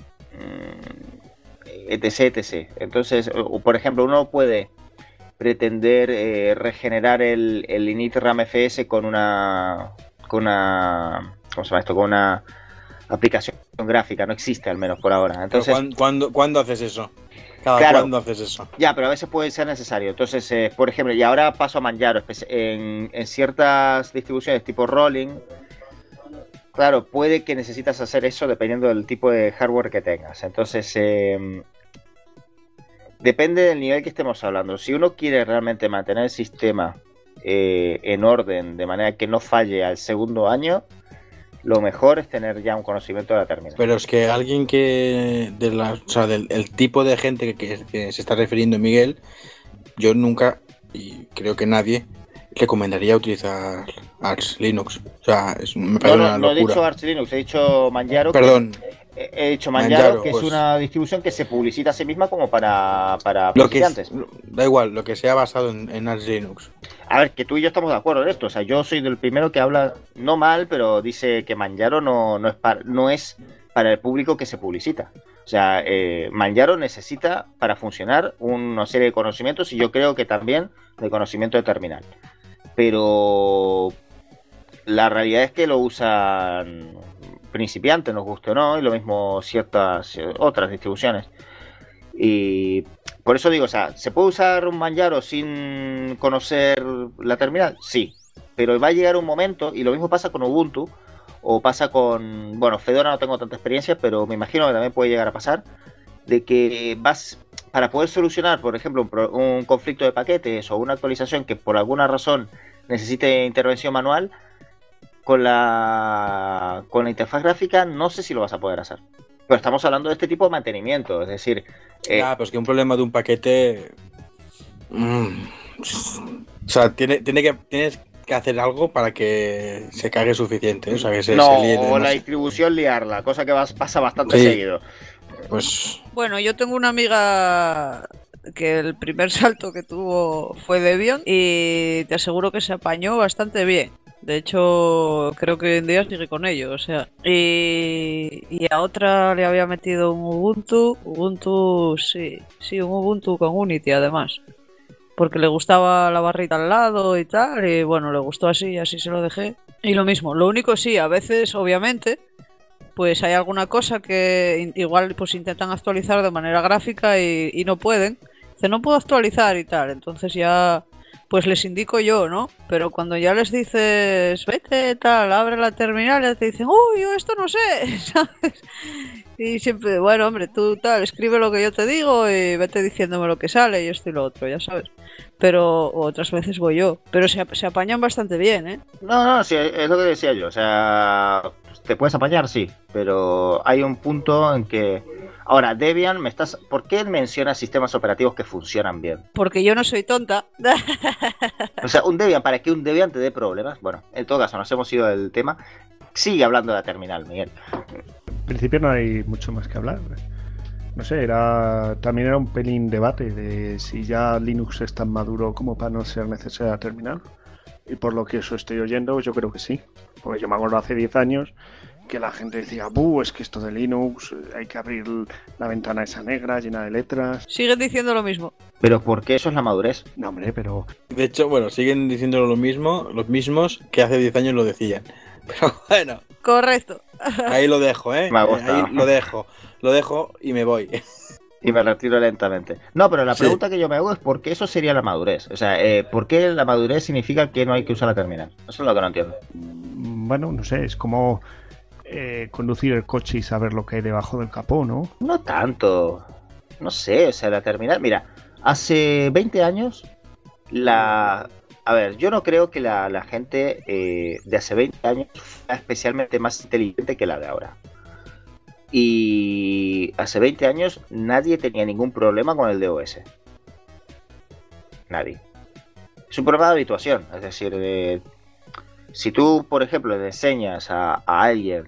etc, etc. Entonces, o, por ejemplo, uno puede pretender eh, regenerar el, el init ramfs con una, con una, ¿cómo se llama esto? Con una aplicación gráfica, no existe al menos por ahora. Entonces, ¿Cuándo, cuándo, ¿cuándo haces eso? ¿Cada claro, cuándo haces eso? Ya, pero a veces puede ser necesario. Entonces, eh, por ejemplo, y ahora paso a Manjaro, en, en ciertas distribuciones tipo Rolling, claro, puede que necesitas hacer eso dependiendo del tipo de hardware que tengas. Entonces, eh, depende del nivel que estemos hablando. Si uno quiere realmente mantener el sistema eh, en orden, de manera que no falle al segundo año, lo mejor es tener ya un conocimiento de la terminal. Pero es que alguien que, de la, o sea, del el tipo de gente que, que, que se está refiriendo Miguel, yo nunca, y creo que nadie, recomendaría utilizar Arch Linux. O sea, es, me parece no, no, una no locura. he dicho Arch Linux, he dicho Manjaro. Perdón. Que, he dicho Manjaro, Manjaro, que pues, es una distribución que se publicita a sí misma como para, para lo que principiantes. es, da igual, lo que sea basado en, en Arch Linux. A ver, que tú y yo estamos de acuerdo en esto. O sea, yo soy del primero que habla, no mal, pero dice que Manjaro no, no, es, para, no es para el público que se publicita. O sea, eh, Manjaro necesita para funcionar una serie de conocimientos y yo creo que también de conocimiento de terminal. Pero la realidad es que lo usan principiantes, nos guste o no, y lo mismo ciertas otras distribuciones. Y por eso digo, o sea, ¿se puede usar un Manjaro sin conocer la terminal? Sí, pero va a llegar un momento, y lo mismo pasa con Ubuntu, o pasa con, bueno, Fedora no tengo tanta experiencia, pero me imagino que también puede llegar a pasar, de que vas, para poder solucionar, por ejemplo, un, pro, un conflicto de paquetes o una actualización que por alguna razón necesite intervención manual, con la, con la interfaz gráfica no sé si lo vas a poder hacer. Pero estamos hablando de este tipo de mantenimiento, es decir... Eh, ah, pues que un problema de un paquete... Mm, o sea, tiene, tiene que, tienes que hacer algo para que se cague suficiente. O sea, que se, no, se líe, o la sé. distribución liarla, cosa que vas, pasa bastante sí. seguido. Pues... Bueno, yo tengo una amiga que el primer salto que tuvo fue Debian y te aseguro que se apañó bastante bien. De hecho, creo que hoy en día sigue con ello, o sea. Y, y a otra le había metido un Ubuntu. Ubuntu, sí, sí, un Ubuntu con Unity además. Porque le gustaba la barrita al lado y tal. Y bueno, le gustó así y así se lo dejé. Y lo mismo, lo único sí, a veces, obviamente, pues hay alguna cosa que igual pues intentan actualizar de manera gráfica y, y no pueden. Dice, no puedo actualizar y tal. Entonces ya... pues les indico yo, ¿no? Pero cuando ya les dices, vete, tal, abre la terminal, ya te dicen, uy, yo esto no sé, ¿sabes? Y siempre, bueno, hombre, tú tal, escribe lo que yo te digo y vete diciéndome lo que sale y esto y lo otro, ya sabes. Pero otras veces voy yo. Pero se, se apañan bastante bien, ¿eh? No, no, sí, es lo que decía yo. O sea, te puedes apañar, sí, pero hay un punto en que... Ahora, Debian, me estás... ¿por qué mencionas sistemas operativos que funcionan bien? Porque yo no soy tonta. O sea, un Debian, ¿para que un Debian te dé problemas? Bueno, en todo caso, nos hemos ido del tema. Sigue hablando de la terminal, Miguel. En principio no hay mucho más que hablar. No sé, era también era un pelín debate de si ya Linux es tan maduro como para no ser necesaria la terminal. Y por lo que eso estoy oyendo, yo creo que sí. Porque yo me acuerdo hace diez años... que la gente decía, buh, es que esto de Linux, hay que abrir la ventana esa negra llena de letras. Siguen diciendo lo mismo. Pero ¿por qué eso es la madurez? No, hombre, pero... De hecho, bueno, siguen diciendo lo mismo, los mismos que hace diez años lo decían. Pero bueno, Correcto. ahí lo dejo, ¿eh? Me ha gustado. Ahí lo dejo, lo dejo y me voy. Y me retiro lentamente. No, pero la Sí. pregunta que yo me hago es ¿por qué eso sería la madurez? O sea, eh, ¿por qué la madurez significa que no hay que usar la terminal? Eso es lo que no entiendo. Bueno, no sé, es como eh, conducir el coche y saber lo que hay debajo del capó, ¿no? No tanto. No sé, o sea, la terminal... Mira, hace veinte años, la... A ver, yo no creo que la, la gente eh, de hace veinte años fuera especialmente más inteligente que la de ahora. Y hace veinte años nadie tenía ningún problema con el D O S. Nadie. Es un problema de habituación. Es decir, de... si tú, por ejemplo, le enseñas a, a alguien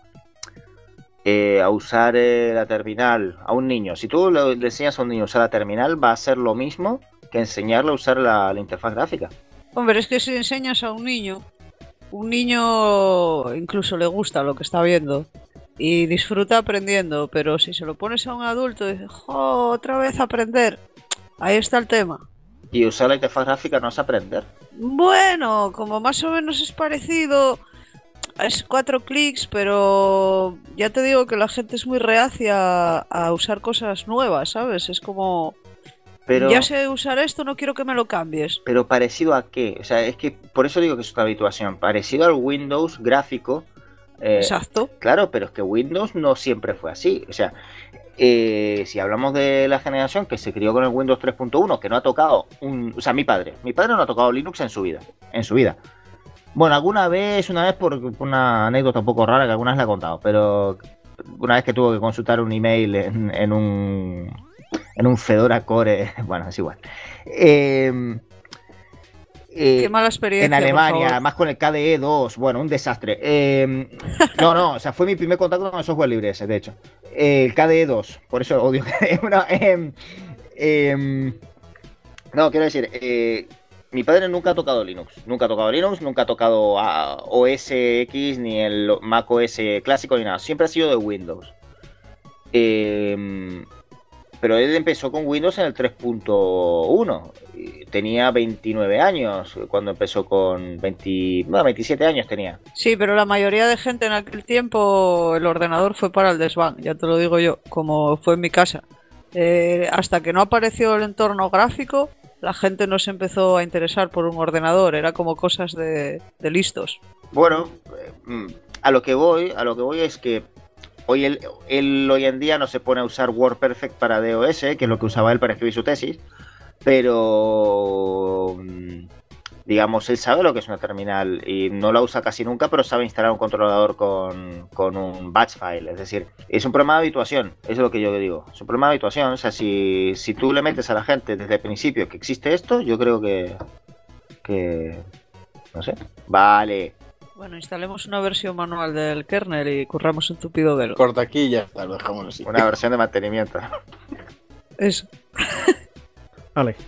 eh, a usar eh, la terminal, a un niño, si tú le, le enseñas a un niño a usar la terminal, va a ser lo mismo que enseñarle a usar la, la interfaz gráfica. Hombre, es que si enseñas a un niño, un niño incluso le gusta lo que está viendo y disfruta aprendiendo, pero si se lo pones a un adulto y dices, ¡jo! Otra vez aprender. Ahí está el tema. Y usar la interfaz gráfica no es aprender. Bueno, como más o menos es parecido, es cuatro clics, pero ya te digo que la gente es muy reacia a usar cosas nuevas, ¿sabes? Es como, Pero... ya sé usar esto, no quiero que me lo cambies. Pero parecido a qué? O sea, es que por eso digo que es una habituación. Parecido al Windows gráfico. Eh, Exacto. Claro, pero es que Windows no siempre fue así. O sea, eh, si hablamos de la generación que se crió con el Windows tres punto uno, que no ha tocado un... O sea, mi padre. Mi padre no ha tocado Linux en su vida. En su vida. Bueno, alguna vez, una vez por una anécdota un poco rara que alguna vez la he contado, pero una vez que tuvo que consultar un email en, en un... en un Fedora Core, bueno, es igual. Eh, eh, Qué mala experiencia. en Alemania, por favor. más con el K D E dos, bueno, un desastre. Eh, no, no, o sea, fue mi primer contacto con el software libre ese, de hecho. Eh, el K D E dos, por eso odio K D E. Bueno, eh, eh, no, quiero decir, eh, mi padre nunca ha tocado Linux, nunca ha tocado Linux, nunca ha tocado uh, O S X, ni el Mac O S clásico, ni nada. Siempre ha sido de Windows. Eh... Pero él empezó con Windows en el tres punto uno. Tenía veintinueve años cuando empezó con veinte, no, veintisiete años tenía. Sí, pero la mayoría de gente en aquel tiempo el ordenador fue para el desván, ya te lo digo yo, como fue en mi casa. Eh, hasta que no apareció el entorno gráfico, la gente no se empezó a interesar por un ordenador, era como cosas de, de listos. Bueno, a lo que voy, a lo que voy es que Hoy él, él hoy en día no se pone a usar WordPerfect para D O S, que es lo que usaba él para escribir su tesis, pero digamos, él sabe lo que es una terminal y no la usa casi nunca, pero sabe instalar un controlador con, con un batch file. Es decir, es un problema de habituación, eso es lo que yo digo. Es un problema de habituación, o sea, si, si tú le metes a la gente desde el principio que existe esto, yo creo que... que no sé. Vale. Bueno, instalemos una versión manual del kernel y curramos un tupido velo. Corta aquí y ya está, lo dejamos así. Una versión de mantenimiento. Eso. Vale.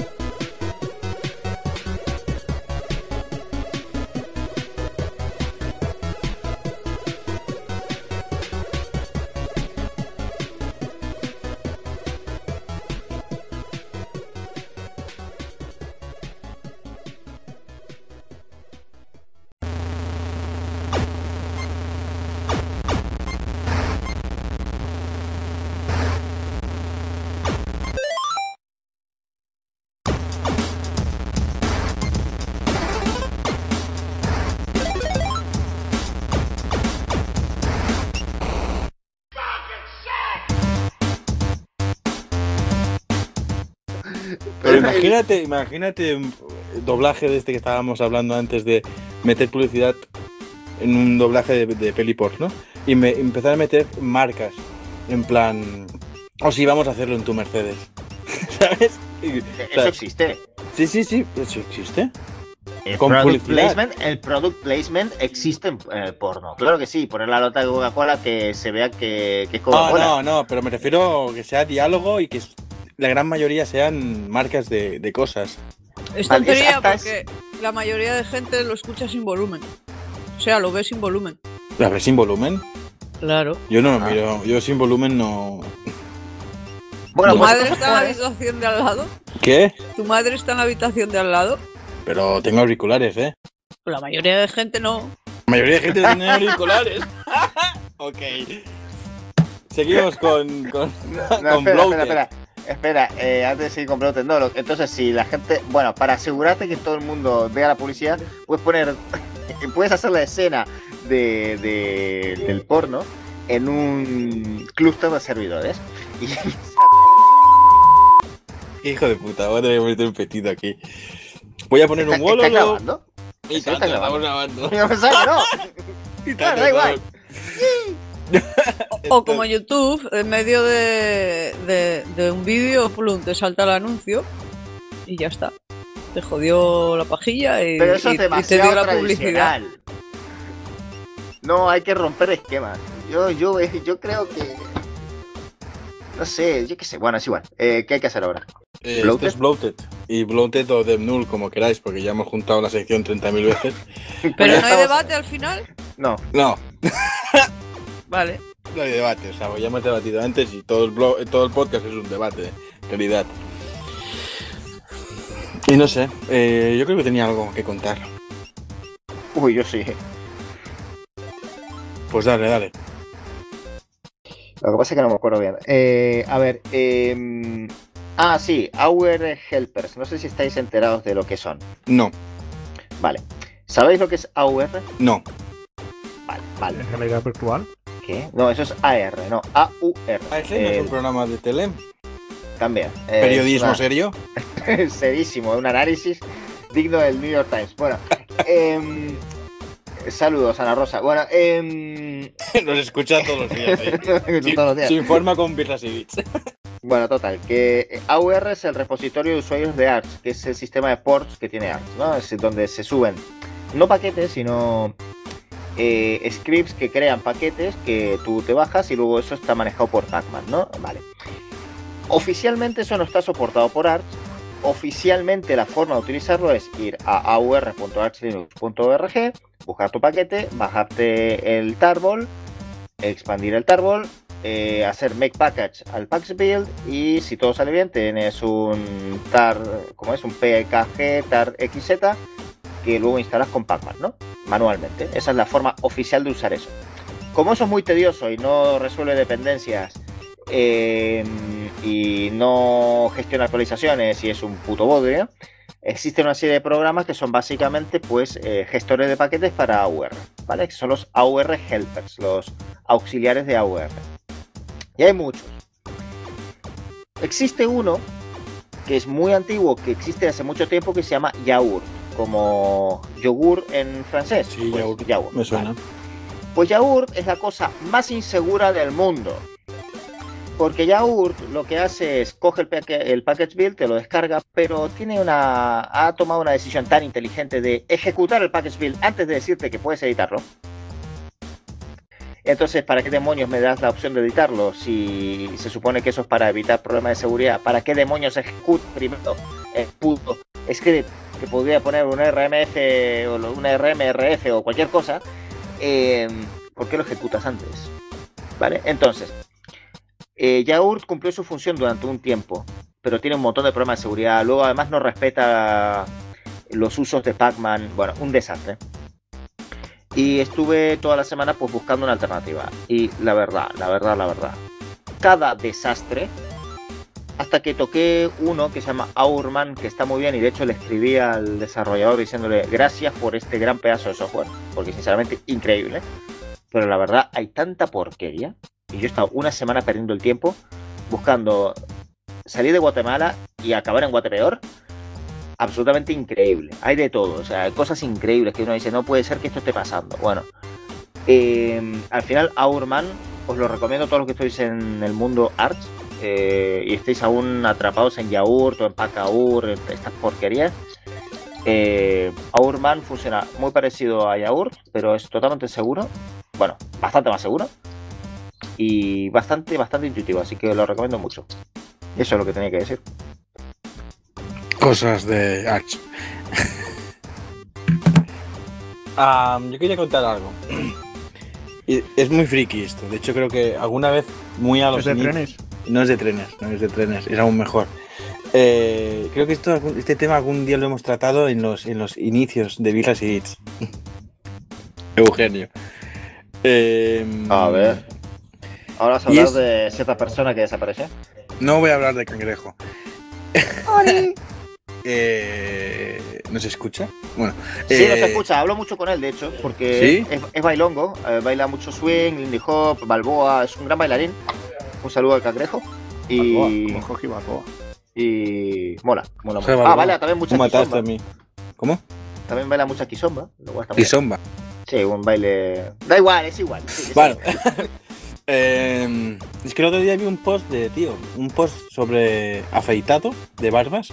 Pero imagínate, imagínate un doblaje de este que estábamos hablando antes de meter publicidad en un doblaje de, de peli porno, ¿no? Y me, empezar a meter marcas, en plan, o si vamos a hacerlo en tu Mercedes, ¿sabes? Y, Eso ¿sabes? existe. Sí, sí, sí, eso existe. El Con product, publicidad. placement, el product placement existe en, en el porno. Claro que sí, poner la nota de Coca-Cola que se vea que, que es No, Coca-Cola. no, no, pero me refiero que sea diálogo y que la gran mayoría sean marcas de, de cosas. Es Vale, tontería hasta es- porque la mayoría de gente lo escucha sin volumen. O sea, lo ve sin volumen. ¿La ves sin volumen? Claro. Yo no lo Ah. miro, yo sin volumen no... Bueno, ¿Tu pues madre entonces está en la puedes- habitación de al lado? ¿Qué? ¿Tu madre está en la habitación de al lado? Pero tengo auriculares, ¿eh? La mayoría de gente no. La mayoría de gente tiene auriculares. Ok. Seguimos con... con, No, con espera, Bloated. espera, espera. Espera, eh, antes de seguir con Bloated, no, lo- entonces si la gente, bueno, para asegurarte que todo el mundo vea la publicidad, puedes poner, puedes hacer la escena de, de- del porno en un clúster de servidores. Y Hijo de puta, voy a tener que meter un petito aquí. Voy a poner un ¿Está, wall está grabando? Y ¿Sí está tanto, grabando? estamos grabando. Yo pensaba que no. Y Bueno, tanto, da igual. O como YouTube, en medio de, de, de un vídeo, plum, te salta el anuncio y ya está. Te jodió la pajilla y, Pero eso y- es y te demasiado dio la publicidad. tradicional. No, hay que romper esquemas. Yo, yo, eh, yo creo que... No sé, yo qué sé. Bueno, es igual. Eh, ¿Qué hay que hacer ahora? Eh, ¿Bloated? Esto es Bloated. Y Bloated o Dev Null, como queráis, porque ya hemos juntado la sección treinta mil veces. Pero Ya no hay estamos- debate al final. No. No, Vale. no hay debate. O sea, ya hemos debatido antes y todo el, blog, todo el podcast es un debate, en realidad. Y no sé, eh, yo creo que tenía algo que contar. Uy, yo sí. Pues dale, dale. Lo que pasa es que no me acuerdo bien. Eh, a ver. Eh... Ah, sí. Our Helpers. No sé si estáis enterados de lo que son. No, Vale. ¿Sabéis lo que es A U R? no. Vale, vale. ¿Es realidad virtual? ¿Qué? No, eso es A R, no. A U R. Ah, ese no es Eh, un programa de tele. También. Eh, Periodismo es una- serio. serísimo, un análisis digno del New York Times. Bueno, em, saludos, Ana Rosa. Bueno, em, Nos escucha todos los días. ¿eh? todos los días. Se informa con birras y bits. Bueno, total, que A U R es el repositorio de usuarios de Arch, que es el sistema de ports que tiene Arch, ¿no? Es donde se suben, no paquetes, sino eh, scripts que crean paquetes que tú te bajas y luego eso está manejado por Pacman, ¿no? Vale. Oficialmente eso no está soportado por Arch. Oficialmente la forma de utilizarlo es ir a a u r punto arch linux punto org, buscar tu paquete, bajarte el tarball, expandir el tarball, eh, hacer make package al package build y si todo sale bien tienes un tar, ¿cómo es? Un P K G tar X Z que luego instalas con Pacman, ¿no? Manualmente. Esa es la forma oficial de usar eso. Como eso es muy tedioso y no resuelve dependencias eh, y no gestiona actualizaciones y es un puto bodrio, existe una serie de programas que son básicamente pues eh, gestores de paquetes para A U R, ¿vale? Que son los A U R helpers, los auxiliares de A U R. Y hay muchos. Existe uno que es muy antiguo, que existe hace mucho tiempo, que se llama Yaourt, como yogur en francés. Sí, pues, Yaourt, Yaourt, me suena. vale. Pues Yaourt es la cosa más insegura del mundo. Porque Yaourt lo que hace es coge el, pack- el package build, te lo descarga, pero tiene una ha tomado una decisión tan inteligente de ejecutar el package build antes de decirte que puedes editarlo. Entonces, ¿para qué demonios me das la opción de editarlo? Si se supone que eso es para evitar problemas de seguridad, ¿para qué demonios ejecuto primero el puto script que podría poner un R M F o un R M R F o cualquier cosa? Eh, ¿Por qué lo ejecutas antes? ¿Vale? Entonces, eh, Yaourt cumplió su función durante un tiempo, pero tiene un montón de problemas de seguridad. Luego, además, no respeta los usos de Pacman. Bueno, un desastre. Y estuve toda la semana pues buscando una alternativa. Y la verdad, la verdad, la verdad. Cada desastre. Hasta que toqué uno que se llama Aurman, que está muy bien. Y de hecho le escribí al desarrollador diciéndole gracias por este gran pedazo de software. Porque sinceramente, increíble. Pero la verdad, hay tanta porquería. Y yo he estado una semana perdiendo el tiempo buscando salir de Guatemala y acabar en Guatepeor. Absolutamente increíble. Hay de todo, o sea, hay cosas increíbles que uno dice, no puede ser que esto esté pasando. Bueno, eh, al final, Aurman, os lo recomiendo a todos los que estéis en el mundo Arch eh, y estéis aún atrapados en Yaourt o en Pacaur, en estas porquerías. Eh, Aurman funciona muy parecido a Yaourt, pero es totalmente seguro. Bueno, bastante más seguro y bastante, bastante intuitivo, así que lo recomiendo mucho. Eso es lo que tenía que decir. Cosas de Arch. um, yo quería contar algo. Y es muy friki esto. De hecho, creo que alguna vez, muy a los ¿Es de ini- trenes? No es de trenes, no es de trenes, es aún mejor. Eh, creo que esto, este tema algún día lo hemos tratado en los, en los inicios de Birras y Bits. Eugenio. Eh, A ver. Ahora vas a Y hablar es- de cierta persona que desapareció. No voy a hablar de Cangrejo. eh, ¿No se escucha? Bueno. Sí, eh, no se escucha, hablo mucho con él, de hecho, porque ¿Sí? es, es bailongo, eh, baila mucho swing, lindy hop, balboa, es un gran bailarín. Un saludo al Cangrejo. Y, Balboa, como Jorge Balboa. y mola, mola Jorge mucho. Balboa. Ah, baila también mucha Tú mataste kizomba. a mí. ¿Cómo? También baila mucha kizomba. lo cual está muy Y bien. Somba. Sí, un baile. Da igual, es igual. sí, es Bueno. igual. Eh, es que el otro día vi un post de, tío, un post sobre afeitado de barbas.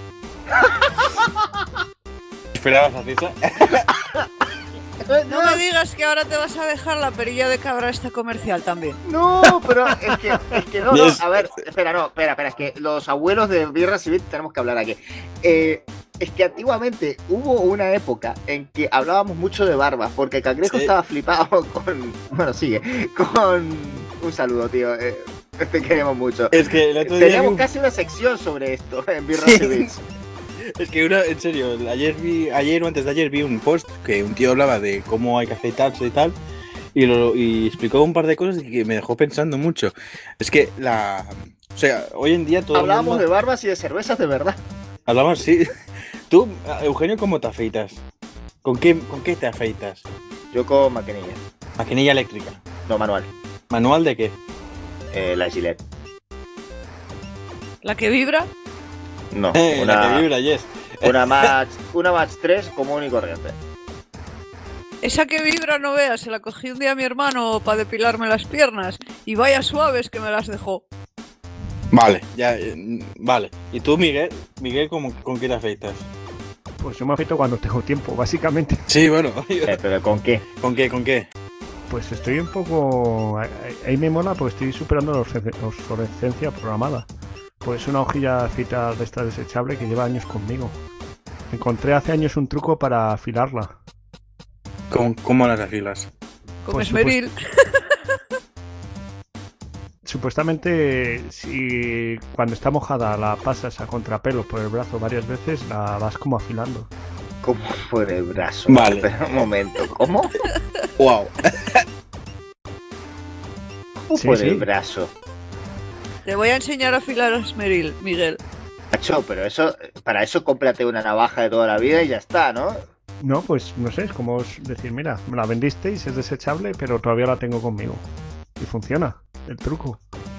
¿Esperabas a risa? No me digas que ahora te vas a dejar la perilla de cabra esta comercial también. No, pero es que, es que no, no, Yes. a ver, espera, no, espera, espera, es que los abuelos de Birra Civil tenemos que hablar aquí. Eh, es que antiguamente hubo una época en que hablábamos mucho de barbas, porque Cangrejo Sí. estaba flipado con, bueno, sigue, con un saludo, tío, eh, te queremos mucho. Es que el otro día vi Teníamos un- casi una sección sobre esto en Birra Sí. Civil. Es que una, en serio, ayer vi, ayer o antes de ayer vi un post que un tío hablaba de cómo hay que afeitarse y tal, y, lo, y explicó un par de cosas que me dejó pensando mucho. Es que la, o sea, hoy en día todo el Hablábamos mundo- de barbas y de cervezas de verdad. hablamos, sí. Tú, Eugenio, ¿cómo te afeitas? ¿Con qué, con qué te afeitas? Yo con maquinilla, Maquinilla eléctrica. no manual, ¿Manual de qué? eh, la Gillette. La que vibra, No, Eh, La que una, vibra, yes. una match, una match tres común y corriente. esa que vibra no veas, se la cogí un día a mi hermano para depilarme las piernas y vaya suaves que me las dejó. Vale, ya, eh, vale. ¿Y tú, Miguel? Miguel, ¿cómo, ¿con qué te afeitas? Pues yo me afeito cuando tengo tiempo, básicamente. Sí, bueno. Eh, ¿Pero con qué? ¿Con qué, con qué? Pues estoy un poco... ahí- Ahí me mola porque estoy superando la obsolesc- obsolescencia programada. Pues una hojilla de afeitar de esta desechable que lleva años conmigo. Encontré hace años un truco para afilarla. ¿Cómo, cómo las afilas? Con Pues, esmeril. Supuestamente, si cuando está mojada la pasas a contrapelo por el brazo varias veces, la vas como afilando. ¿Cómo por el brazo? Vale. Espera un momento, ¿cómo? ¡Wow! ¿Cómo Sí, por sí. el brazo? Te voy a enseñar a afilar esmeril, Miguel. Macho, pero eso, para eso cómprate una navaja de toda la vida y ya está, ¿no? No, pues no sé, es como os decir, mira, me la vendisteis, es desechable, pero todavía la tengo conmigo. Y funciona, el truco.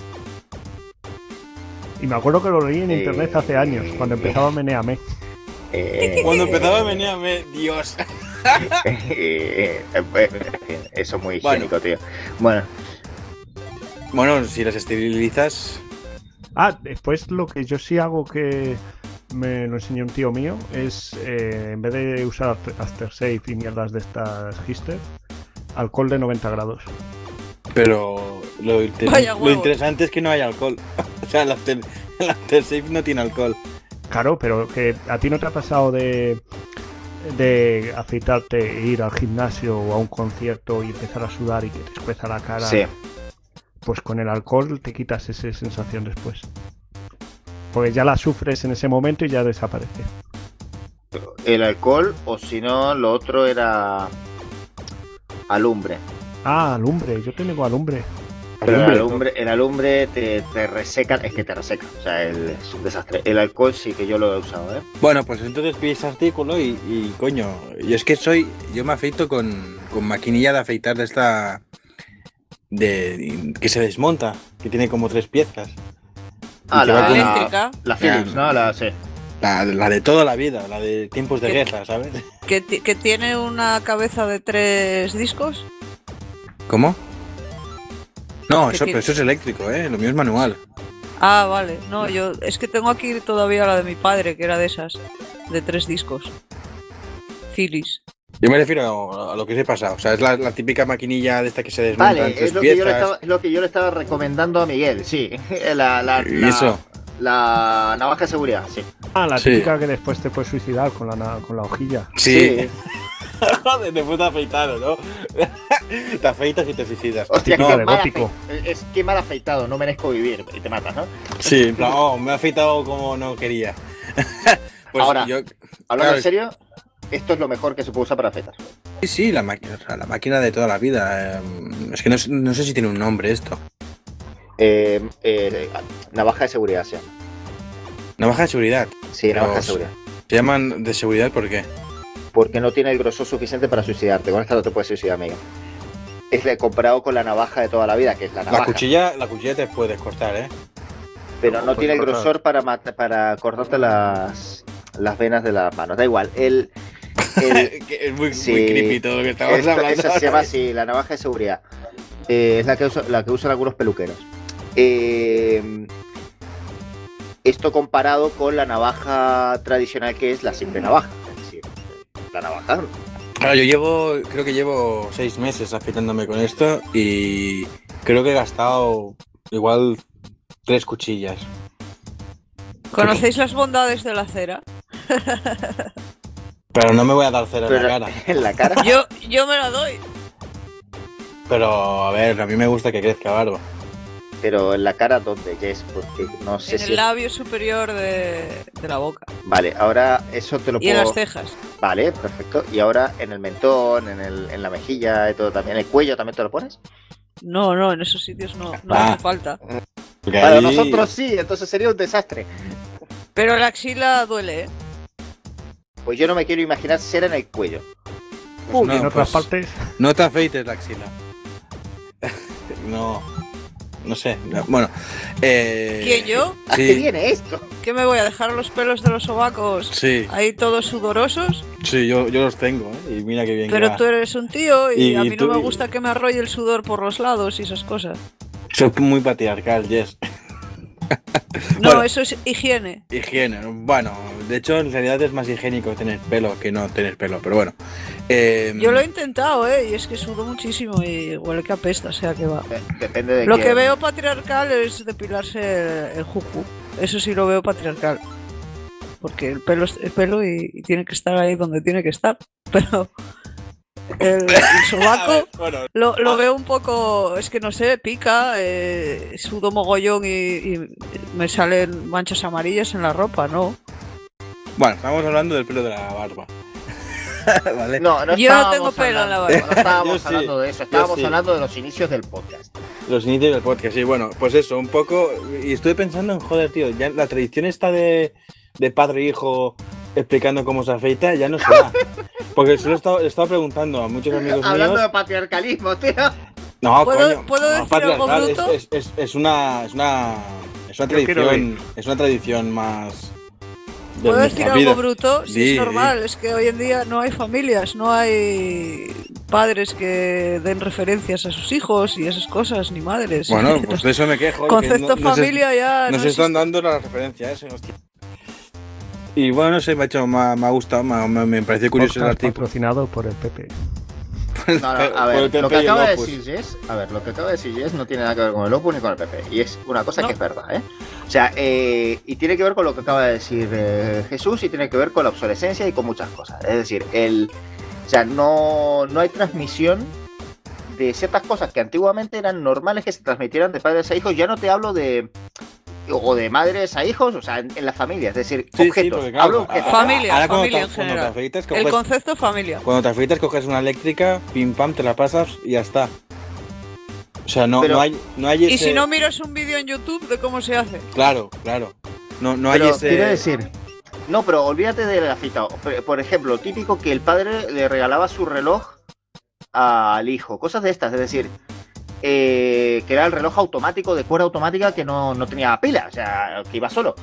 Y me acuerdo que lo leí en Eh, internet hace años, cuando empezaba Meneame. Eh, Cuando empezaba a venir a ver, Dios. eh, eh, en fin, eso es muy Bueno. higiénico, tío. Bueno, Bueno, si las esterilizas. Ah, después lo que yo sí hago que me lo enseñó un tío mío es, eh, en vez de usar After- Aftershave y mierdas de estas Hister, alcohol de noventa grados. Pero lo, inter- Vaya lo huevos. interesante es que no hay alcohol. O sea, el after, el aftershave no tiene alcohol. Claro, pero que a ti no te ha pasado de, de afeitarte, e ir al gimnasio o a un concierto y empezar a sudar y que te escueza la cara. sí. Pues con el alcohol te quitas esa sensación después. Porque ya la sufres en ese momento y ya desaparece. El alcohol, o si no, lo otro era alumbre. Ah, alumbre, yo tengo alumbre. Pero el Alumbre. alumbre, el alumbre te, te reseca, es que te reseca, o sea, el- es un desastre. El alcohol sí que yo lo he usado, ¿eh? Bueno, pues entonces vi ese artículo y, y, coño, yo es que soy, yo me afeito con, con maquinilla de afeitar de esta, de que se desmonta, que tiene como tres piezas. Ah, Y que va la, con- eléctrica. la Philips, ¿no? La, sí. La, la de toda la vida, la de tiempos de ¿Qué? guerra, ¿sabes? Que, ti- que tiene una cabeza de tres discos. ¿Cómo? No, ¿Qué eso, tiene? pero eso es eléctrico, ¿eh? Lo mío es manual. Ah, vale. No, yo es que tengo aquí todavía la de mi padre, que era de esas, de tres discos. Philips. Yo me refiero a, a lo que os he pasado. O sea, es la, la típica maquinilla de esta que se desmonta en Vale, tres es lo, que yo le piezas. estaba, es lo que yo le estaba recomendando a Miguel, sí. La, la, ¿Y la- eso? la navaja de seguridad, sí. Ah, la Sí. típica que después te puedes suicidar con la, na- con la hojilla. Sí. Joder, de puta afeitado, ¿no? Te afeitas y te suicidas. Hostia, No, qué de mal gótico. afeitado. Es que mal afeitado, no merezco vivir. Y te matas, ¿no? Sí, en plan, oh, me he afeitado como no quería. Pues Ahora, yo, Hablando claro, en serio, esto es lo mejor que se puede usar para afeitar. Sí, sí, la máquina, o sea, la máquina de toda la vida. eh, Es que no, sé- no sé si tiene un nombre esto. Eh, eh, navaja de seguridad, sí. Navaja de seguridad. Sí, Pero navaja de se- seguridad. Se llaman de seguridad, ¿por qué? Porque no tiene el grosor suficiente para suicidarte. Con esta no te puedes suicidar, amigo. Es de- comparado con la navaja de toda la vida, que es la La navaja. cuchilla, la cuchilla te puedes cortar, ¿eh? Pero no Puedes tiene el cortar. grosor para, mat- para cortarte las, las venas de las manos. Da igual. El, el, Que es muy, Sí. muy creepy todo lo que estamos Esto- hablando. esa se llama así, la navaja de seguridad. Eh, es la que, usa- la que usan algunos peluqueros. Eh, esto comparado con la navaja tradicional que es la simple navaja. Es decir, la navaja. Claro, yo llevo, creo que llevo seis meses afeitándome con esto y creo que he gastado igual tres cuchillas. ¿Conocéis las bondades de la cera? Pero no me voy a dar cera en Pero la cara. en la cara. Yo, yo me la doy. Pero, a ver, a mí me gusta que crezca barba. Pero en la cara, ¿dónde, Jess? Porque no sé En si. el labio superior de, de la boca. Vale, ahora eso te lo Y en puedo. las cejas. Vale, perfecto. Y ahora en el mentón, en, el, en la mejilla y todo también. ¿El cuello también te lo pones? No, no, en esos sitios no, no Ah. hace falta. Porque Para ahí- nosotros sí, entonces sería un desastre. Pero la axila duele, ¿eh? Pues yo no me quiero imaginar cera en el cuello. pues Y en no, otras pues, partes, no te afeites la axila. no, no sé. no, Bueno, eh, ¿Quién, yo? ¿A qué Sí, viene esto? ¿Qué me voy a dejar los pelos de los sobacos sí, ahí todos sudorosos? sí, yo, yo los tengo, ¿eh? Y mira qué bien que Pero va. tú eres un tío y, Y a mí tú- no me gusta que me arrolle el sudor por los lados y esas cosas. Soy muy patriarcal, Jess. No, Bueno. eso es higiene. Higiene. Bueno, de hecho, en realidad es más higiénico tener pelo que no tener pelo, pero bueno. Eh, Yo lo he intentado, ¿eh? Y es que sudo muchísimo y huele que apesta, o sea que va. Eh, Depende de Lo quién. que veo patriarcal es depilarse el, el juju. Eso sí lo veo patriarcal. Porque el pelo es el pelo y, y tiene que estar ahí donde tiene que estar. Pero el, el a sobaco ver, bueno, lo, lo veo un poco, es que no sé, pica, eh, sudo mogollón y, y me salen manchas amarillas en la ropa, ¿no? bueno, estamos hablando del pelo de la barba. ¿Vale? No, no Yo no estábamos tengo pelo en la hablando- barba. No estábamos Yo sí, hablando de eso, yo estábamos sí. hablando de los inicios del podcast. Los inicios del podcast, sí, bueno, pues eso, un poco. Y estuve pensando en, joder, tío, ya la tradición esta de, de padre e hijo explicando cómo se afeita ya no se da. Porque se lo he estado, le he estado preguntando a muchos amigos Hablando míos. de patriarcalismo, tío. No, ¿Puedo- coño. puedo no, decir patriarcal, algo bruto? Es, es, es, es una. Es una. Es una Yo quiero tradición. Es una tradición más. de ¿Puedo nuestra decir algo vida. bruto? Sí, Di, es normal, es que hoy en día no hay familias, no hay padres que den referencias a sus hijos y esas cosas, ni madres. Bueno, pues de eso me quejo. que Concepto no- no se- familia ya Nos no están existe. dando la referencia, ¿eh? Hostia. Y bueno, no sé, me ha, hecho, me, ha, me ha gustado, me, me, me pareció curioso el podcast artículo. patrocinado por el Pepe. No, no, a Por ver, el lo que P P y el acaba de Opus. decir Jess, a ver, lo que acaba de decir Jess no tiene nada que ver con el Opus ni con el P P. Y es una cosa No. que es verdad, ¿eh? O sea, eh, y tiene que ver con lo que acaba de decir eh, Jesús y tiene que ver con la obsolescencia y con muchas cosas. Es decir, el, o sea, no, no hay transmisión de ciertas cosas que antiguamente eran normales que se transmitieran de padres a hijos. Ya no te hablo de o de madres a hijos, o sea, en, en la familia, es decir, Sí, sí, objetos. porque claro, hablo de objetos. ahora- Familia, ahora cuando familia te- en cuando te general. afeitas, El coges- concepto familia. Cuando te afeitas coges una eléctrica, pim pam, te la pasas y ya está. O sea, no, Pero- no hay, no hay ese... Y si no miras un vídeo en YouTube de cómo se hace. Claro, claro. No, no hay Pero ese... quiero decir, no, pero olvídate del afeitado. Por- Por ejemplo, típico que el padre le regalaba su reloj al hijo, cosas de estas, es decir, eh, que era el reloj automático de cuerda automática que no, no tenía pila, o sea, que iba solo.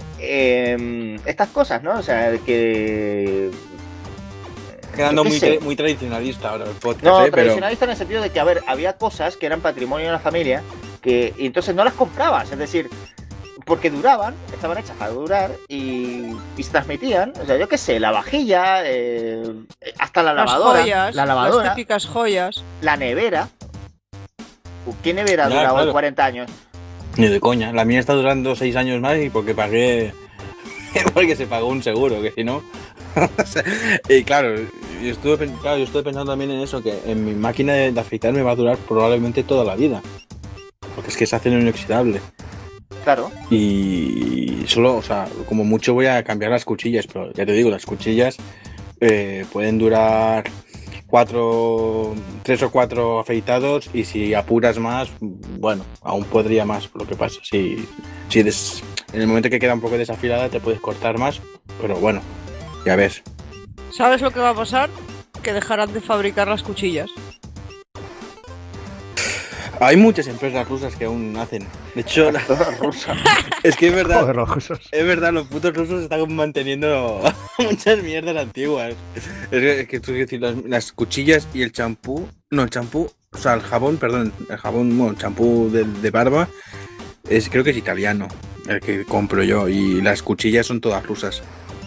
Eh, estas cosas, ¿no? O sea, que... Quedando yo qué muy, sé. tra- muy tradicionalista ahora el podcast, No, ¿eh? Pero... tradicionalista en el sentido de que, a ver, había cosas que eran patrimonio de la familia que y entonces no las comprabas, es decir, porque duraban, estaban hechas para durar y, y se transmitían, o sea, yo qué sé, la vajilla, eh, hasta la Las lavadora, joyas, la las lavadora, típicas joyas. la nevera. ¿Qué nevera Ya, duraba claro. cuarenta años? Ni de coña. La mía está durando seis años más y porque pagué... porque se pagó un seguro, que si no... O sea, y claro, yo estuve, pen- claro, yo estuve pensando también en eso, que en mi máquina de, de afeitar me va a durar probablemente toda la vida. Porque es que es acero inoxidable. Claro. Y solo, o sea, como mucho voy a cambiar las cuchillas, pero ya te digo, las cuchillas eh, pueden durar cuatro, tres o cuatro afeitados, y si apuras más, bueno, aún podría más. Lo que pasa, si, si des, en el momento que queda un poco desafilada te puedes cortar más, pero bueno, ya ves. ¿Sabes lo que va a pasar? Que dejarán de fabricar las cuchillas. Hay muchas empresas rusas que aún hacen. De hecho, la- Todas rusas. es que es verdad. Joder, los rusos. Es verdad, los putos rusos están manteniendo muchas mierdas antiguas. Es que, es que tú decir, las, las cuchillas y el champú. No, el champú, o sea, el jabón, perdón, el jabón, bueno, el champú de, de barba, es, creo que es italiano, el que compro yo. Y las cuchillas son todas rusas.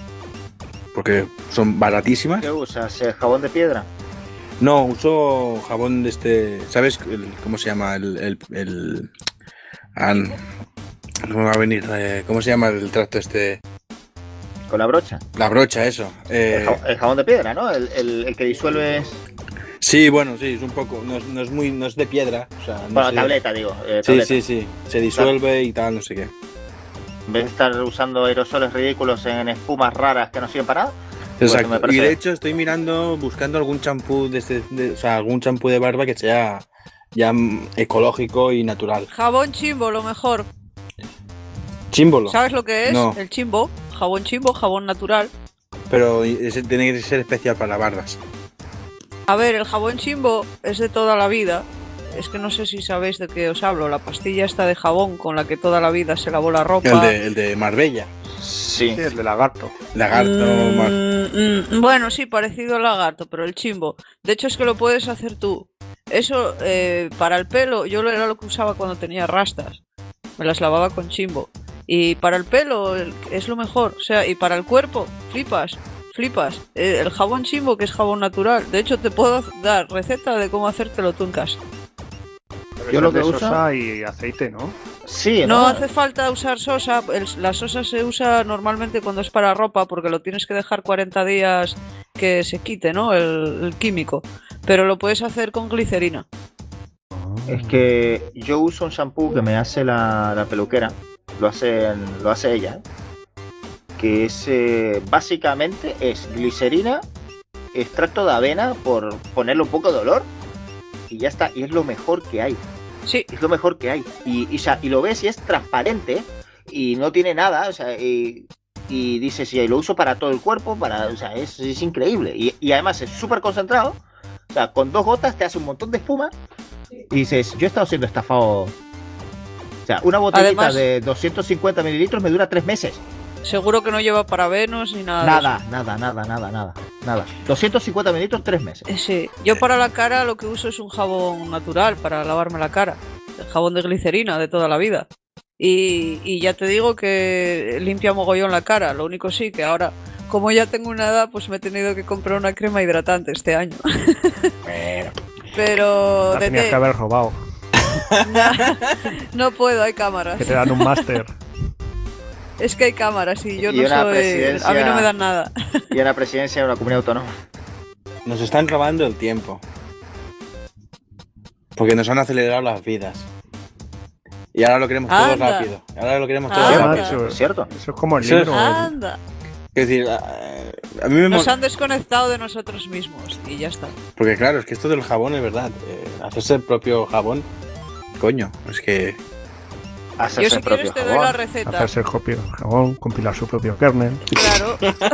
Porque son baratísimas. ¿Qué usas? ¿El jabón de piedra? No, uso jabón de este. ¿Sabes el- cómo se llama? El. el, el ah, no me va a venir. eh, ¿Cómo se llama el tracto este? ¿Con la brocha? La brocha, eso. eh, El, jabón, el jabón de piedra, ¿no? El, el, el que disuelves... Sí, bueno, sí, es un poco. No es, no es muy. No es de piedra. O sea, no Bueno, sé. tableta, digo. eh, Sí, tableta. sí, sí. Se disuelve y tal, no sé qué. En vez de estar usando aerosoles ridículos en espumas raras que no sirven para nada. Pues Exacto. me parece Y de bien. hecho estoy mirando, buscando algún champú de este, de- o sea, algún champú de barba que sea ya mm, ecológico y natural. Jabón chimbo, lo mejor. Chímbolo. ¿Sabes lo que es? No. El chimbo. Jabón chimbo, jabón natural. Pero ese tiene que ser especial para las barbas. A ver, el jabón chimbo es de toda la vida. Es que no sé si sabéis de qué os hablo. La pastilla esta de jabón con la que toda la vida se lavó la ropa. El de, el de Marbella. Sí. Sí, el de lagarto. Lagarto. Mm, mar- mm, bueno, sí, parecido al lagarto, pero el chimbo. De hecho, es que lo puedes hacer tú. Eso, eh, para el pelo, yo lo- era lo que usaba cuando tenía rastas. Me las lavaba con chimbo. Y para el pelo el- es lo mejor. O sea, y para el cuerpo, flipas. Flipas. Eh, el jabón chimbo, que es jabón natural. De hecho, te puedo dar receta de cómo hacértelo tú en casa. Pero Yo eso lo es de que uso- sosa y aceite, ¿no? Sí, No ¿no? hace falta usar sosa. el- la sosa se usa normalmente cuando es para ropa porque lo tienes que dejar cuarenta días que se quite, ¿no? El, el químico. Pero lo puedes hacer con glicerina. Es que yo uso un shampoo que me hace la, la peluquera. Lo hace, lo hace ella. ¿eh? Que es eh, básicamente es glicerina, extracto de avena por ponerle un poco de olor. Y ya está. Y es lo mejor que hay. Sí, Es lo mejor que hay. Y, y, o sea, y lo ves y es transparente. Y no tiene nada. O sea, y, y dices, y lo uso para todo el cuerpo. Para, o sea, es, es increíble. Y, y además es súper concentrado. O sea, con dos gotas te hace un montón de espuma. Y dices, yo he estado siendo estafado. O sea, una botellita Además- de doscientos cincuenta mililitros me dura tres meses. seguro que no lleva parabenos ni nada. de Nada, nada, nada, nada, nada. Nada. doscientos cincuenta mililitros, tres meses. eso. Eh, Sí, yo para la cara lo que uso es un jabón natural para lavarme la cara. El jabón de glicerina de toda la vida. Y, y ya te digo que limpia mogollón la cara. Lo único sí que ahora, como ya tengo una edad, pues me he tenido que comprar una crema hidratante este año. Bueno, Pero La de tenías té, que haber robado. no puedo, hay cámaras. Que te dan un máster. Es que hay cámaras y yo Y no una soy. presidencia- A mí no me dan nada. y en la presidencia de una comunidad autónoma. Nos están robando el tiempo. Porque nos han acelerado las vidas. Y ahora lo queremos todo Anda. rápido. Ahora lo queremos todo Anda. rápido. Macho, ¿Es cierto? Eso es como el Eso es- libro. el- Anda. Es decir, a, a mí me Nos mol- han desconectado de nosotros mismos y ya está. Porque claro, es que esto del jabón es verdad. eh, hacerse el propio jabón, coño, es que... Hacerse Yo si el propio quieres te doy jabón. la receta. Hacerse el propio jabón, compilar su propio kernel. Claro.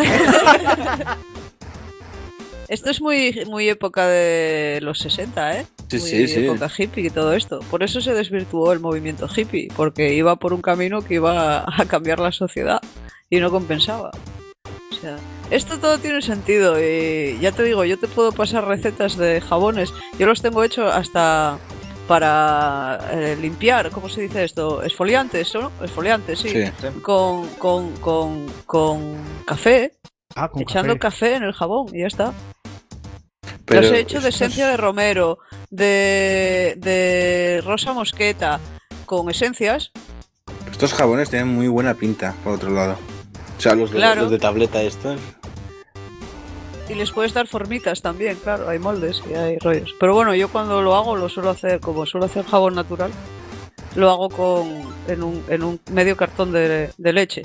Esto es muy, muy época de los sesenta, ¿eh? Sí, muy sí, sí. época hippie y todo esto. Por eso se desvirtuó el movimiento hippie, porque iba por un camino que iba a cambiar la sociedad y no compensaba. O sea, esto todo tiene sentido y ya te digo, yo te puedo pasar recetas de jabones. Yo los tengo hechos hasta para eh, limpiar, ¿cómo se dice esto? Esfoliantes, ¿no? Esfoliantes, sí. Sí. Con, con, con, con café, Ah, con echando café. café. en el jabón y ya está. Pero Los he hecho de estos- esencia de romero, de, de rosa mosqueta, con esencias. Estos jabones tienen muy buena pinta, por otro lado. O sea, los de, Claro. los de tableta estos. y les puedes dar formitas también, claro, hay moldes y hay rollos. Pero bueno, yo cuando lo hago, lo suelo hacer, como suelo hacer jabón natural, lo hago con en un, en un medio cartón de, de leche.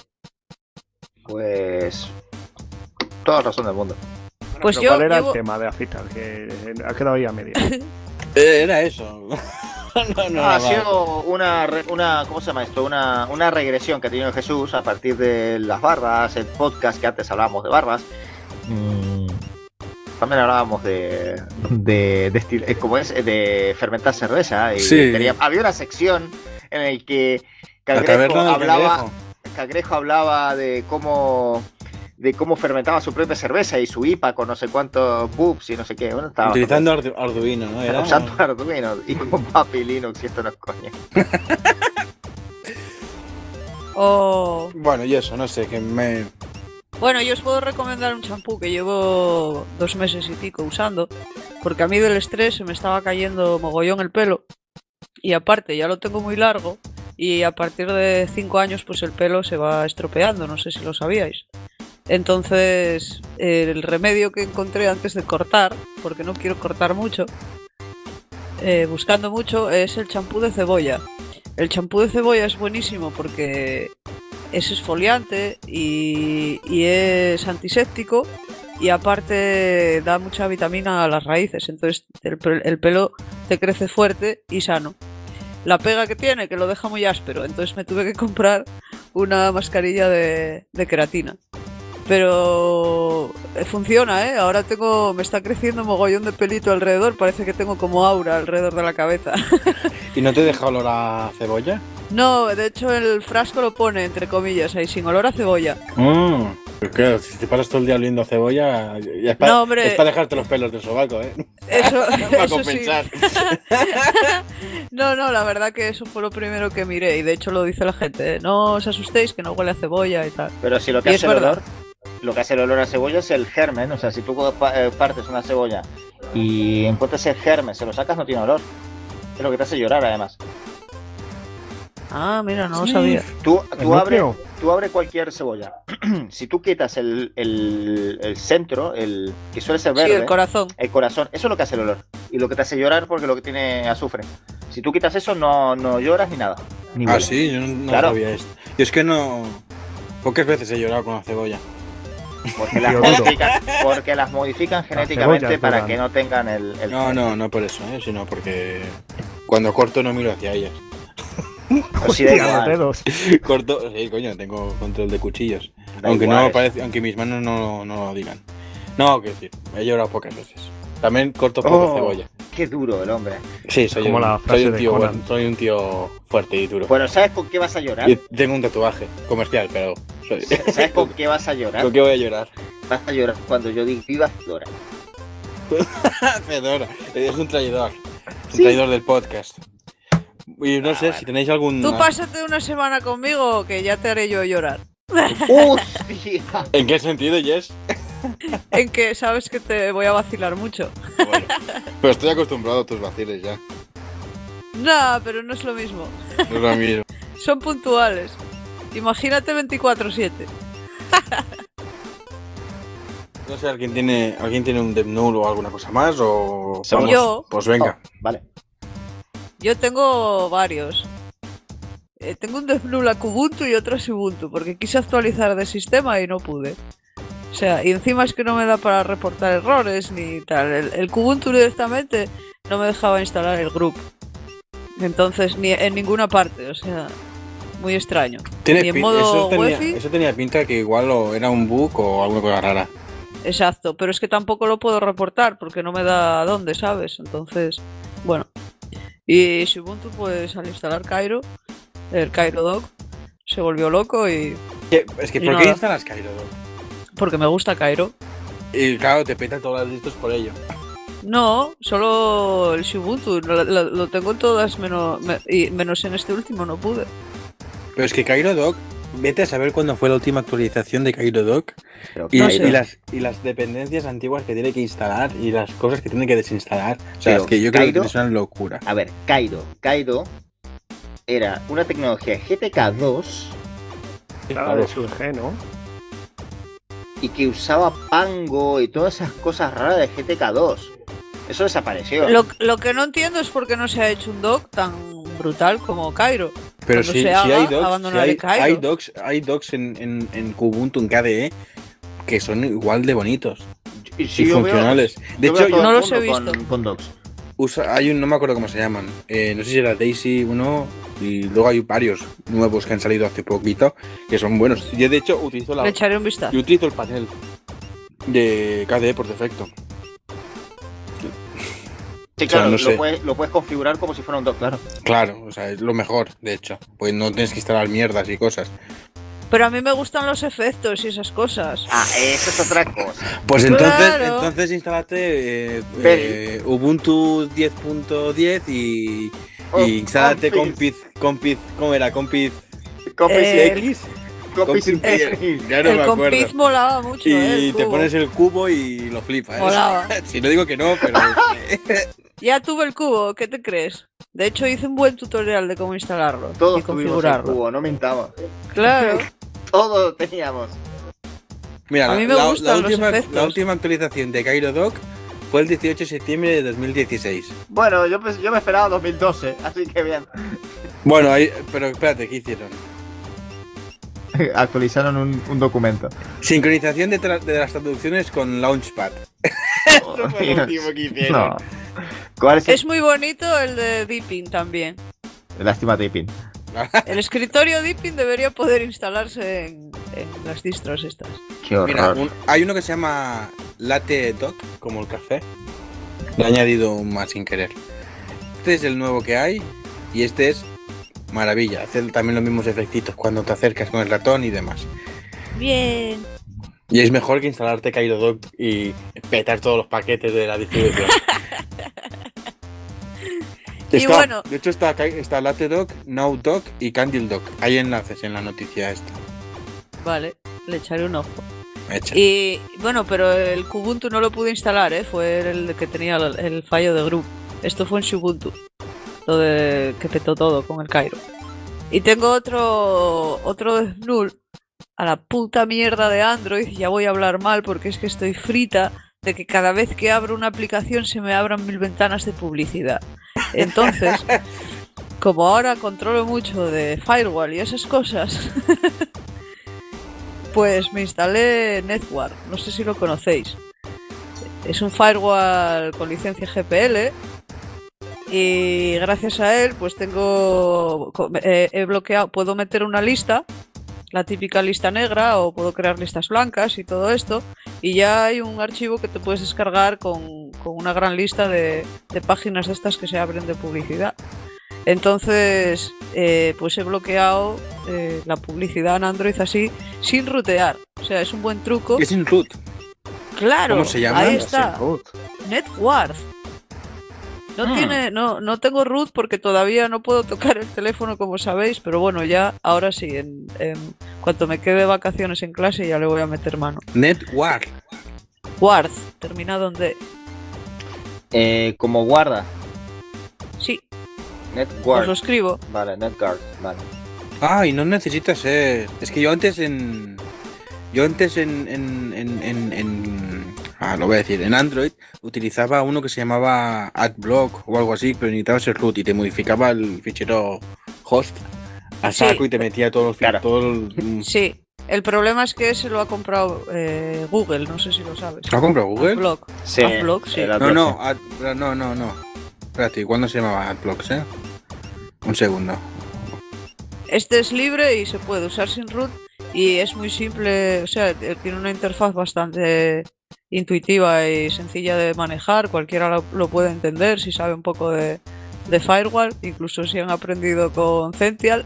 Pues toda la razón del mundo. Pues Pero yo ¿cuál era llevo- el tema de afeitar? Que ha quedado ahí a media. Eh, Era eso. no, no, ha no, sido una, re- una, ¿cómo se llama esto? Una, una regresión que ha tenido Jesús a partir de las barbas, el podcast que antes hablábamos de barbas. Mm, también hablábamos de, de, de estil- eh, ¿cómo es? De fermentar cerveza. Y Sí. tenía- había una sección en la que La Cangrejo caverna del hablaba, cangrejo. Cangrejo hablaba de cómo de cómo fermentaba su propia cerveza y su I P A con no sé cuántos bups y no sé qué. Bueno, estaba Utilizando Ardu- Arduino, ¿no? Era... usando Arduino y con Papi Linux y esto no es coña. O... Bueno, y eso, no sé, que me... Bueno, yo os puedo recomendar un champú que llevo dos meses y pico usando, porque a mí del estrés se me estaba cayendo mogollón el pelo, y aparte ya lo tengo muy largo, y a partir de cinco años pues el pelo se va estropeando, no sé si lo sabíais. Entonces, el remedio que encontré antes de cortar, porque no quiero cortar mucho, eh, buscando mucho, es el champú de cebolla. El champú de cebolla es buenísimo porque es exfoliante y, y es antiséptico y aparte da mucha vitamina a las raíces, entonces el, pe- el pelo te crece fuerte y sano. La pega que tiene, que lo deja muy áspero, entonces me tuve que comprar una mascarilla de, de queratina. Pero eh, funciona, ¿eh? Ahora tengo, me está creciendo mogollón de pelito alrededor, parece que tengo como aura alrededor de la cabeza. ¿Y no te deja olor a cebolla? No, de hecho el frasco lo pone entre comillas ahí, sin olor a cebolla. Mmm. Pues claro, si te pasas todo el día oliendo a cebolla, ya es para No, hombre. dejarte los pelos del sobaco, ¿eh? Eso, Para eso sí. compensar. No, no, la verdad que eso fue lo primero que miré y de hecho lo dice la gente, ¿eh? No os asustéis que no huele a cebolla y tal. Pero si lo que Y hace es el verdad. olor, lo que hace el olor a cebolla es el germen, o sea, si tú pa- eh, partes una cebolla y encuentras el germen, se lo sacas, no tiene olor. Es lo que te hace llorar, además. Ah, mira, no lo Sí. sabía. Tú, ¿El tú abres núcleo? tú abre cualquier cebolla. Si tú quitas el, el, el centro, el que suele ser Sí, verde, el corazón. el corazón, eso es lo que hace el olor. Y lo que te hace llorar porque lo que tiene azufre. Si tú quitas eso, no, no lloras ni nada. Ni Ah, huele. sí, yo no, no Claro. sabía esto. Yo es que no... Pocas veces he llorado con la cebolla. Porque las Tío, duro. modifican, porque las modifican genéticamente cebollas para duran. que no tengan el... el No, no, no por eso, ¿eh? Sino porque cuando corto no miro hacia ellas. Pues sí, da Hostia, los igual. dedos. Corto, sí, coño, tengo control de cuchillos. Da aunque igual no eso. parece, aunque mis manos no, no lo digan. No, quiero decir, he llorado pocas veces. También corto poco Oh, cebolla. qué duro el hombre. Sí, soy Como un, la soy frase un de tío Conan. bueno, soy un tío fuerte y duro. Bueno, ¿sabes con qué vas a llorar? Y tengo un tatuaje comercial, pero soy... ¿Sabes con qué vas a llorar? ¿Con qué voy a llorar? Vas a llorar cuando yo diga viva Flora. Fedora, es un traidor. Un Sí. traidor del podcast. Y no sé si tenéis algún... Tú pásate una semana conmigo que ya te haré yo llorar. ¡Hostia! ¿En qué sentido, Jess? En que sabes que te voy a vacilar mucho. Bueno, pero estoy acostumbrado a tus vaciles ya. No, pero no es lo mismo. No es lo mismo. Son puntuales. Imagínate veinticuatro siete. No sé, ¿alguien tiene, ¿alguien tiene un Devnull o alguna cosa más? O Somos- Yo. Pues venga. Oh, vale. Yo tengo varios. Eh, tengo un Devnull a Kubuntu y otro a Ubuntu, porque quise actualizar de sistema y no pude. O sea, y encima es que no me da para reportar errores ni tal. El, el Kubuntu directamente no me dejaba instalar el group. Entonces, ni en ninguna parte, o sea, muy extraño. Tiene Y en pin- modo eso, tenía, Wi-Fi, eso tenía pinta que igual o era un bug o alguna cosa rara. exacto, pero es que tampoco lo puedo reportar porque no me da a dónde, ¿sabes? Entonces, bueno. Y Ubuntu, pues al instalar Cairo, el Cairo Dock, se volvió loco y... ¿Qué? Es que Y ¿por qué nada. instalas Cairo? Porque me gusta Cairo. Y claro, te peta todas las listas por ello. No, solo el Ubuntu, lo, lo- lo tengo en todas menos, me- y menos en este último, no pude. Pero es que Cairo Dock, vete a saber cuándo fue la última actualización de Cairo Dock Pero y, No y sé. las, y las dependencias antiguas que tiene que instalar y las cosas que tiene que desinstalar. O sea, Pero es que yo creo Cairo- que es una locura. A ver, Cairo. Cairo era una tecnología G T K dos. Era de su G, ¿no? y que usaba Pango y todas esas cosas raras de G T K dos. Eso desapareció. Lo, lo que no entiendo es por qué no se ha hecho un dock tan brutal como Cairo. Pero Cuando si, se si haga, hay docs, si abandonaré hay, Cairo. hay docs, hay docs en, en, en Kubuntu, en K D E, que son igual de bonitos y, y sí, yo veo- funcionales. De yo hecho, veo todo yo no el los he mundo con- visto. Con docs. usa, hay un, no me acuerdo cómo se llaman, eh, no sé si era Daisy uno, y luego hay varios nuevos que han salido hace poquito, que son buenos. Yo de hecho utilizo la, Le echaré un vistazo. yo utilizo el panel de K D E por defecto. Sí, O sea, claro, no lo, sé. puedes, lo puedes configurar como si fuera un dock, claro. Claro, o sea, es lo mejor, de hecho, pues no tienes que instalar mierdas y cosas. Pero a mí me gustan los efectos y esas cosas. Ah, eso es otra cosa. Pues entonces, Claro. entonces instálate eh, Perl. eh, Ubuntu diez punto diez y, Oh, y instálate Compiz. Compiz, Compiz, ¿cómo era? Compiz Compiz Eh, X. Compiz Compiz X. ya no el me acuerdo. compiz molaba mucho, Y eh, el te cubo. pones el cubo y lo flipas. Molaba. Si no digo que no, pero Ya tuve el cubo, ¿qué te crees? De hecho hice un buen tutorial de cómo instalarlo Todos y tuvimos el configurarlo. cubo, no mintaba. Claro. Todos teníamos. mira, A la, mí me la- gustan la los última, efectos. la última actualización de Cairo Dock fue el dieciocho de septiembre de dos mil dieciséis. Bueno, yo, pues- yo me esperaba dos mil doce, así que bien. Bueno, ahí, pero espérate, ¿qué hicieron? Actualizaron un, un documento. Sincronización de, tra- de las traducciones con Launchpad. Eso fue lo último que hicieron. No. ¿Cuál es el... Es muy bonito el de Deepin también. Lástima Taping. El escritorio Deepin debería poder instalarse en, en las distros estas. Qué horror. Mira, un- hay uno que se llama Latte Dock, como el café. Le he añadido un más sin querer. Este es el nuevo que hay y este es maravilla. Hace también los mismos efectitos cuando te acercas con el ratón y demás. Bien. Y es mejor que instalarte Cairo Dock y petar todos los paquetes de la distribución. Y Está- bueno. De hecho está, Kai- está Latte Dock, Now Dock y Candle Dock. Hay enlaces en la noticia esta. Vale, le echaré un ojo. Hecha. Y bueno, pero el Kubuntu no lo pude instalar, ¿eh? Fue el que tenía el, el fallo de group. Esto fue en Ubuntu. Lo de que petó todo con el Cairo. Y tengo otro otro null a la puta mierda de Android. Ya voy a hablar mal porque es que estoy frita de que cada vez que abro una aplicación se me abran mil ventanas de publicidad. Entonces, como ahora controlo mucho de firewall y esas cosas, pues me instalé NetWarp. No sé si lo conocéis. Es un firewall con licencia G P L y gracias a él pues tengo eh, he bloqueado, puedo meter una lista, la típica lista negra, o puedo crear listas blancas y todo esto, y ya hay un archivo que te puedes descargar con, con una gran lista de, de páginas de estas que se abren de publicidad. Entonces eh, pues he bloqueado eh, la publicidad en Android así sin rutear, o sea, es un buen truco. Es sin root. Claro, ¿Cómo se llama? ahí No sé, está. NetWarp. No Hmm. tiene, no, no tengo root porque todavía no puedo tocar el teléfono, como sabéis, pero bueno, ya ahora sí, en, en cuanto me quede de vacaciones en clase ya le voy a meter mano. NetWarp. Warth, terminado en D. Eh, como guarda. Sí, os NetGuard. lo escribo. Vale, NetGuard. Vale. Ah, y no necesitas ser. Es que yo antes en. Yo antes en. en, en, en, en- ah, lo voy a decir. En Android utilizaba uno que se llamaba AdBlock o algo así, pero necesitabas el root y te modificaba el fichero host a Sí. saco y te metía todos los. Claro. Todo el- Sí, el problema es que ese lo ha comprado eh, Google, no sé si lo sabes. ¿Lo ha comprado Google? Adblock. Sí. Adblock, sí. el No, Adblock, no, sí. Ad- no, no, no. Espérate, ¿cuándo se llamaba AdBlock, eh? Un segundo. Este es libre y se puede usar sin root y es muy simple, o sea, eh, tiene una interfaz bastante intuitiva y sencilla de manejar, cualquiera lo, lo puede entender si sabe un poco de, de firewall, incluso si han aprendido con Zential.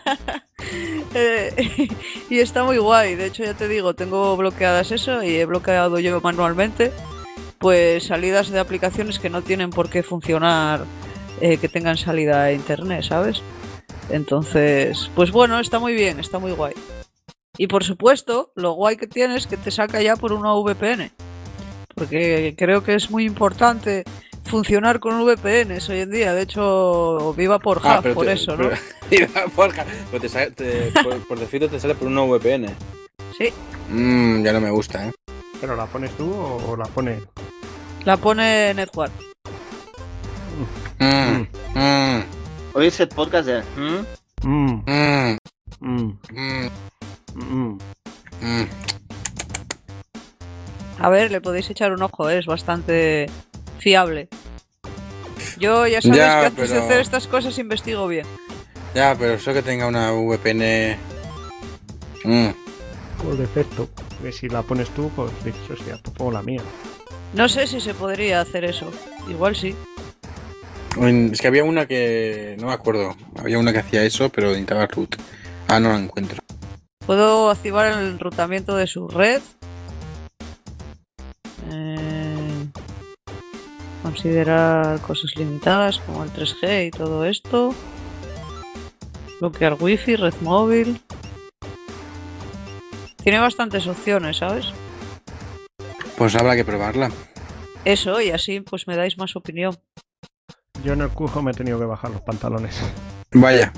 Eh, y está muy guay, de hecho ya te digo, tengo bloqueadas eso y he bloqueado yo manualmente pues salidas de aplicaciones que no tienen por qué funcionar, eh, que tengan salida a internet, ¿sabes? Entonces, pues bueno, está muy bien, está muy guay. Y por supuesto, lo guay que tiene es que te saca ya por una V P N. Porque creo que es muy importante funcionar con V P Ns hoy en día. De hecho, viva por Ah, Hub, pero por te- eso, ¿no? pero- Iba, Borja, pero te sale- te- por, por defecto te sale por una V P N. Sí. Mmm, ya no me gusta, ¿eh? ¿Pero la pones tú o la pone? La pone Netwar. Mmm, mmm, Hoy es el podcast de... ¿Mm? Mm, mmm, mm, mmm, mm. mmm. A ver, le podéis echar un ojo, ¿eh? Es bastante fiable. Yo ya sabes Ya, que antes pero- de hacer estas cosas investigo bien. Ya, pero eso que tenga una V P N... Mmm. Por defecto. Porque si la pones tú, pues dices, hostia, pues pongo la mía. No sé si se podría hacer eso. Igual sí. Es que había una que... no me acuerdo. Había una que hacía eso, pero necesitaba root. Ah, no la encuentro. Puedo activar el enrutamiento de su red. Eh, considerar cosas limitadas como el tres G y todo esto. Bloquear wifi, red móvil. Tiene bastantes opciones, ¿sabes? Pues habrá que probarla. Eso, y así pues me dais más opinión. Yo en el cujo me he tenido que bajar los pantalones. Vaya.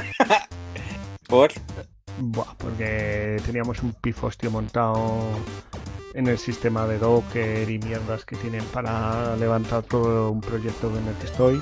¿Por? Buah, porque teníamos un pifostio montado en el sistema de Docker y mierdas que tienen para levantar todo un proyecto en el que estoy.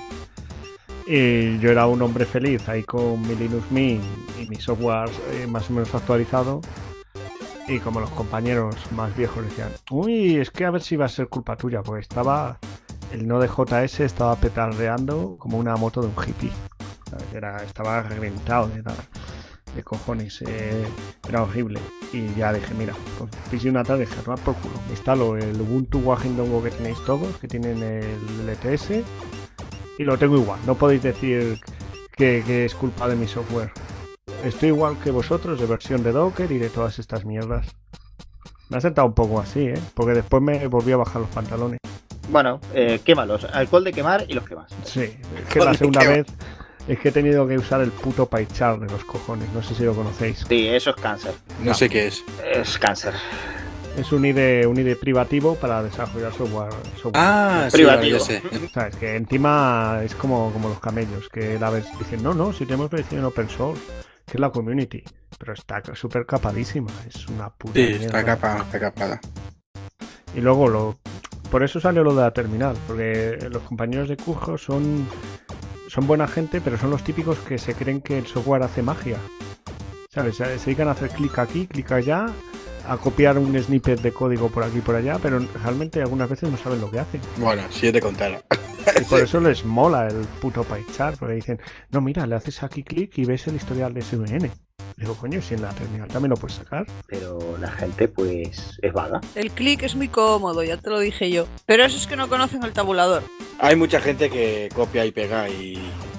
Y yo era un hombre feliz ahí con mi Linux Mint y mi software eh, más o menos actualizado. Y como los compañeros más viejos decían, uy, es que a ver si va a ser culpa tuya, porque estaba, el Node.js estaba petardeando como una moto de un hippie. Era, estaba reventado de, de cojones, eh, era horrible. Y ya dije, mira, pues pisé una tarde, dije, tomar por culo. Me instalo el Ubuntu Wajindongo que tenéis todos, que tienen el L T S, y lo tengo igual. No podéis decir que, que es culpa de mi software. Estoy igual que vosotros de versión de Docker y de todas estas mierdas. Me ha sentado un poco así, ¿eh? Porque después me volví a bajar los pantalones. Bueno, eh, quémalos. Alcohol de quemar y los quemas. Sí, es que la segunda vez es que he tenido que usar el puto PyChar de los cojones. No sé si lo conocéis. Sí, eso es cáncer. No sé qué es. Es cáncer. Es un I D E, un I D E privativo para desarrollar software. software. Ah, sí, Privativo. ya sé. ¿Sabes? Que encima es como, como los camellos, que la vez dicen, no, no, si tenemos versión open source, que es la community, pero está súper capadísima, es una puta Sí, mierda. está capa, está capada. Y luego, lo por eso salió lo de la terminal, porque los compañeros de curso son, son buena gente, pero son los típicos que se creen que el software hace magia. ¿Sabes? Se dedican a hacer clic aquí, clic allá, a copiar un snippet de código por aquí y por allá, pero realmente algunas veces no saben lo que hacen. Bueno, si yo te contara. Y por eso les mola el puto PyChar, porque dicen, no, mira, le haces aquí clic y ves el historial de S V N. Digo, coño, si en la terminal también lo puedes sacar. Pero la gente, pues, es vaga. El clic es muy cómodo, ya te lo dije yo. Pero eso es que no conocen el tabulador. Hay mucha gente que copia y pega y...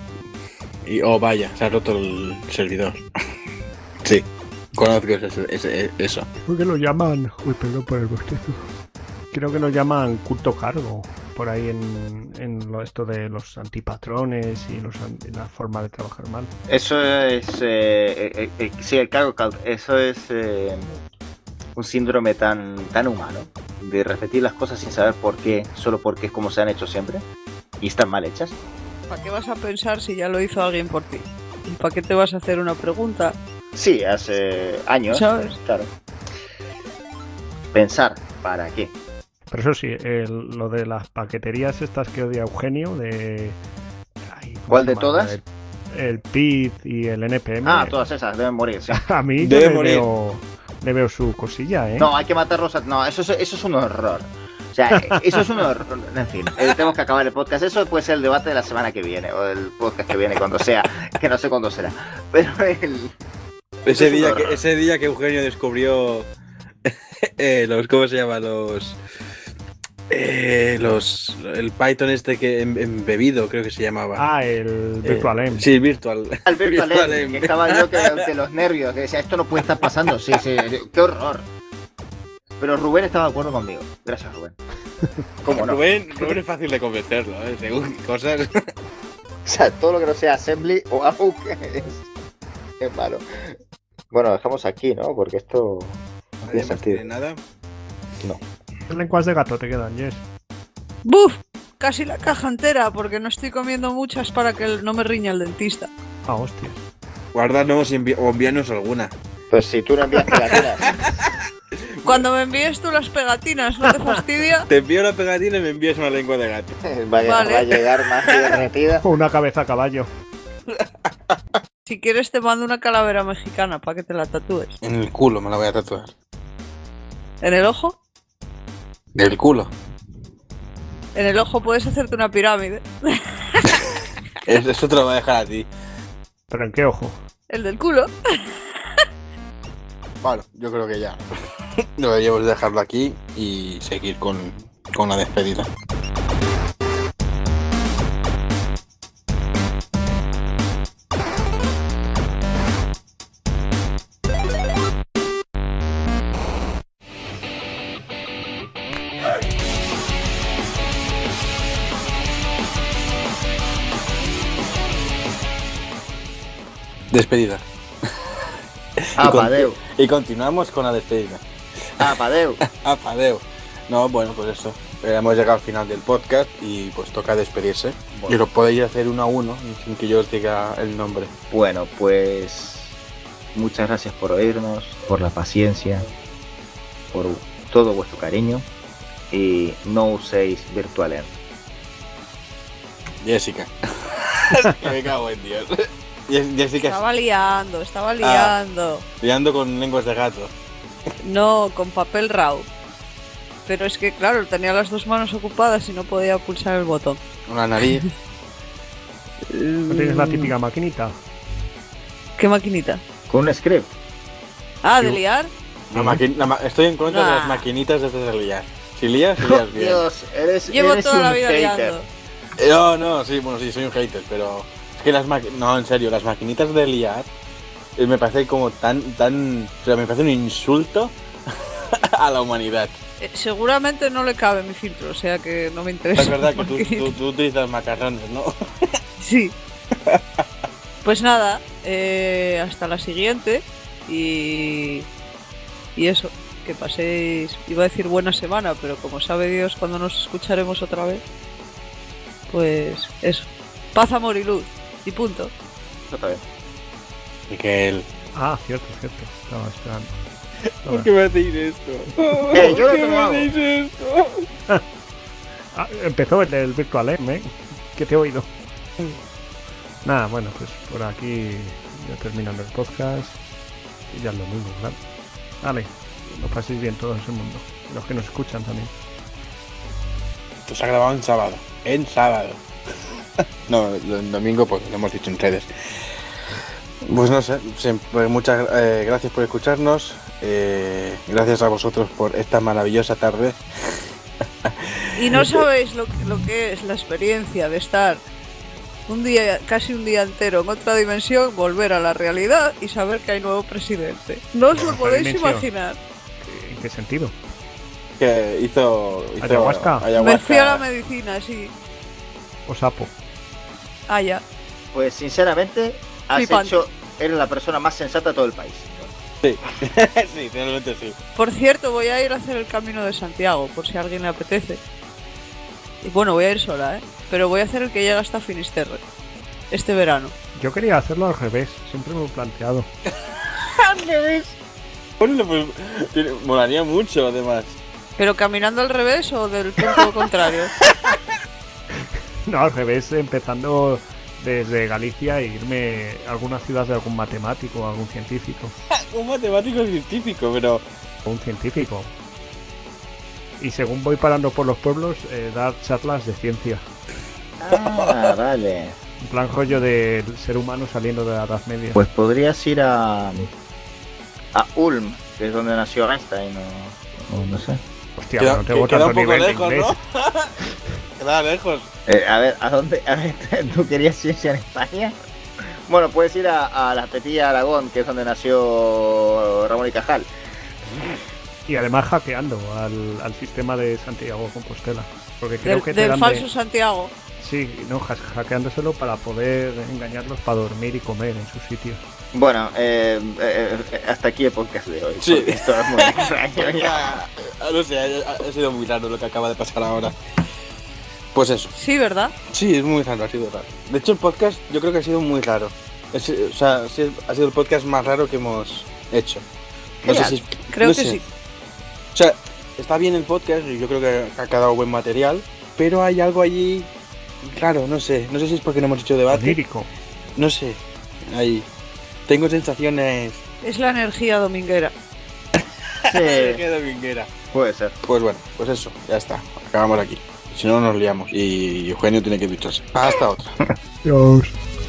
y oh, vaya, se ha roto el servidor. Sí, conozco ese, ese, eso. Porque lo llaman, uy, perdón por el bostezo. Creo que lo llaman culto cargo, por ahí en, en lo, esto de los antipatrones y los, an- la forma de trabajar mal. Eso es... Eh, eh, eh, sí, el cargo cult. Eso es eh, un síndrome tan, tan humano. De repetir las cosas sin saber por qué, solo porque es como se han hecho siempre. Y están mal hechas. ¿Para qué vas a pensar si ya lo hizo alguien por ti? ¿Y para qué te vas a hacer una pregunta? Sí, hace años. ¿Sabes? Claro. Pensar, ¿para qué? Pero eso sí, el- lo de las paqueterías estas que odia Eugenio, de... ay, ¿cómo ¿Cuál se de llama? todas? El, el P I D y el N P M. Ah, todas esas deben morir, sí. A mí yo Debe le morir. veo, le veo su cosilla, ¿eh? No, hay que matarlos a... No, eso es, eso es un horror. O sea, eso es un horror. En fin, eh, tenemos que acabar el podcast. Eso puede ser el debate de la semana que viene, o el podcast que viene, cuando sea, que no sé cuándo será. Pero el... Ese Es un día, horror. que, ese día que Eugenio descubrió eh, los, ¿cómo se llama? Los, eh, los, el Python este que em- embebido creo que se llamaba. Ah, el Virtual Eh, M. Sí, Virtual. Al Virtual Virtual M, M. que estaba yo que, de los nervios, que decía, esto no puede estar pasando. Sí, sí, qué horror. Pero Rubén estaba de acuerdo conmigo. Gracias, Rubén. ¿Cómo no? Rubén, Rubén es fácil de convencerlo, ¿eh? Según cosas. O sea, todo lo que no sea assembly o A U C es, es malo. Bueno, lo dejamos aquí, ¿no? Porque esto no tiene sentido. Nada. ¿Qué lenguas de gato te quedan, Jess? ¡Buf! Casi la caja entera, porque no estoy comiendo muchas para que no me riña el dentista. Ah, hostia. Guárdanos y envi- o envíanos alguna. Pues si tú no envías gelatinas. Cuando me envíes tú las pegatinas, ¿no te fastidia? Te envío la pegatina y me envías una lengua de gato. Va, a- Vale. va a llegar más que derretida. Una cabeza a caballo. Si quieres te mando una calavera mexicana para que te la tatúes. En el culo me la voy a tatuar. ¿En el ojo? Del culo. En el ojo puedes hacerte una pirámide. Es- Eso te lo voy a dejar a ti. ¿Pero en qué ojo? El del culo. Bueno, yo creo que ya. Deberíamos dejarlo aquí y seguir con, con la despedida. Despedida. Ah, Y con- padeu. Y continuamos con la despedida. Ah, padeu. Apadeo. No, bueno, pues eso. Eh, Hemos llegado al final del podcast y pues toca despedirse. Bueno. Y lo podéis hacer uno a uno sin que yo os diga el nombre. Bueno, pues muchas gracias por oírnos, por la paciencia, por todo vuestro cariño y no uséis Virtual End. Jessica. Que me cago en Dios. Yes- Jessica Estaba liando, estaba liando. liando con lenguas de gato. No, con papel raw. Pero es que, claro, tenía las dos manos ocupadas y no podía pulsar el botón. Una nariz. ¿No tienes la típica maquinita? ¿Qué maquinita? Con un script. Ah, ¿de liar? La maqui- la ma- Estoy en contra de Nah. las maquinitas de de liar. Si lías, lías bien. Dios, eres, Llevo eres toda un la vida hater. liando. Eh, No, no, sí, bueno, sí, soy un hater, pero es que las maquinitas, no, en serio, las maquinitas de liar eh, me parece como tan, tan, o sea, me parece un insulto a la humanidad. Eh, seguramente no le cabe mi filtro, o sea que no me interesa. Es verdad que tú, Maquinita. tú, tú utilizas macarrones, ¿no? Sí. Pues nada, eh, hasta la siguiente y y eso, que paséis, iba a decir buena semana, pero como sabe Dios cuando nos escucharemos otra vez, pues eso, paz, amor y luz y punto. Otra vez. Miquel. Ah, cierto, cierto. Estaba esperando. ¿Por qué me hacéis esto? Eh, yo ¿Por no qué te lo me hago. hacéis esto? Ah, empezó el del Virtual M, ¿eh? Que te he oído. Nada, bueno, pues por aquí ya terminando el podcast. Y ya es lo mismo, claro. Vale, lo paséis bien todo ese mundo. Los que nos escuchan también. Esto se ha grabado en sábado. En sábado. No, el domingo pues lo hemos dicho en redes. Pues no sé, siempre, muchas eh, gracias por escucharnos. Eh, gracias a vosotros por esta maravillosa tarde. Y no sabéis lo, lo que es la experiencia de estar un día, casi un día entero en otra dimensión, volver a la realidad y saber que hay nuevo presidente. No os lo ¿Otra podéis dimensión? imaginar. ¿En qué sentido? Que hizo, hizo Ayahuasca. Me fui a la medicina, sí. O sapo. Ah, ya. Pues sinceramente, has Flipante. hecho, eres la persona más sensata de todo el país. Sí, sí, realmente sí. Por cierto, voy a ir a hacer el Camino de Santiago, por si a alguien le apetece. Y bueno, voy a ir sola, ¿eh? Pero voy a hacer el que llega hasta Finisterre. Este verano. Yo quería hacerlo al revés, siempre me lo he planteado. Al revés. Bueno, pues tiene- molaría mucho además. ¿Pero caminando al revés o del punto contrario? No, al revés, empezando desde Galicia e irme a alguna ciudad de algún matemático o algún científico. Un matemático científico, pero O un científico. Y según voy parando por los pueblos, eh, dar charlas de ciencia. Ah, vale. En plan rollo del ser humano saliendo de la Edad Media. Pues podrías ir a a Ulm, que es donde nació Einstein, o, o no sé. Hostia, queda, no tengo que- queda tanto un poco nivel de lejos, inglés. ¿no? Queda lejos. Eh, a ver, ¿a dónde? A ver, ¿tú querías ciencia en España? Bueno, puedes ir a, a la Petilla Aragón, que es donde nació Ramón y Cajal. Y además hackeando al, al sistema de Santiago Compostela. Porque creo Del, que te del dan falso de... Santiago. Sí, no, ha- hackeándoselo para poder engañarlos para dormir y comer en sus sitios. Bueno, eh, eh, eh, hasta aquí el podcast de hoy. Sí. porque Esto es muy extraño ya. Ah, no sé, ha, ha sido muy raro lo que acaba de pasar ahora. Pues eso. Sí, ¿verdad? Sí, es muy raro, ha sido raro. De hecho, el podcast yo creo que ha sido muy raro. Es- o sea, sí, ha sido el podcast más raro que hemos hecho. No sé Genial. si es- Creo no que sé. sí. O sea, está bien el podcast y yo creo que ha quedado buen material, pero hay algo allí raro, no sé. No sé si es porque no hemos hecho debate. Lírico. No sé. Ahí. Tengo sensaciones. Es la energía dominguera. Sí, Qué dominguera. puede ser. Pues bueno, pues eso, ya está. Acabamos aquí. Si no, nos liamos. Y Eugenio tiene que ducharse. Hasta otra. Dios.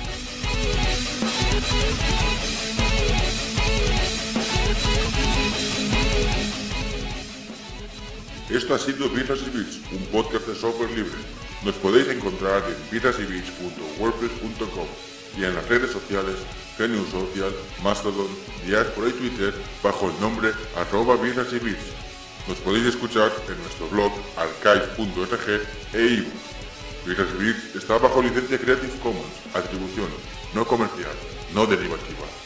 Esto ha sido Birras y Bits, un podcast de software libre. Nos podéis encontrar en birras y bits punto wordpress punto com y en las redes sociales Genius Social, Mastodon, Diaspora y Twitter bajo el nombre arroba birras y bits. Nos podéis escuchar en nuestro blog archive punto org e iVoox. Birras y Bits está bajo licencia Creative Commons, atribución no comercial, no derivativa.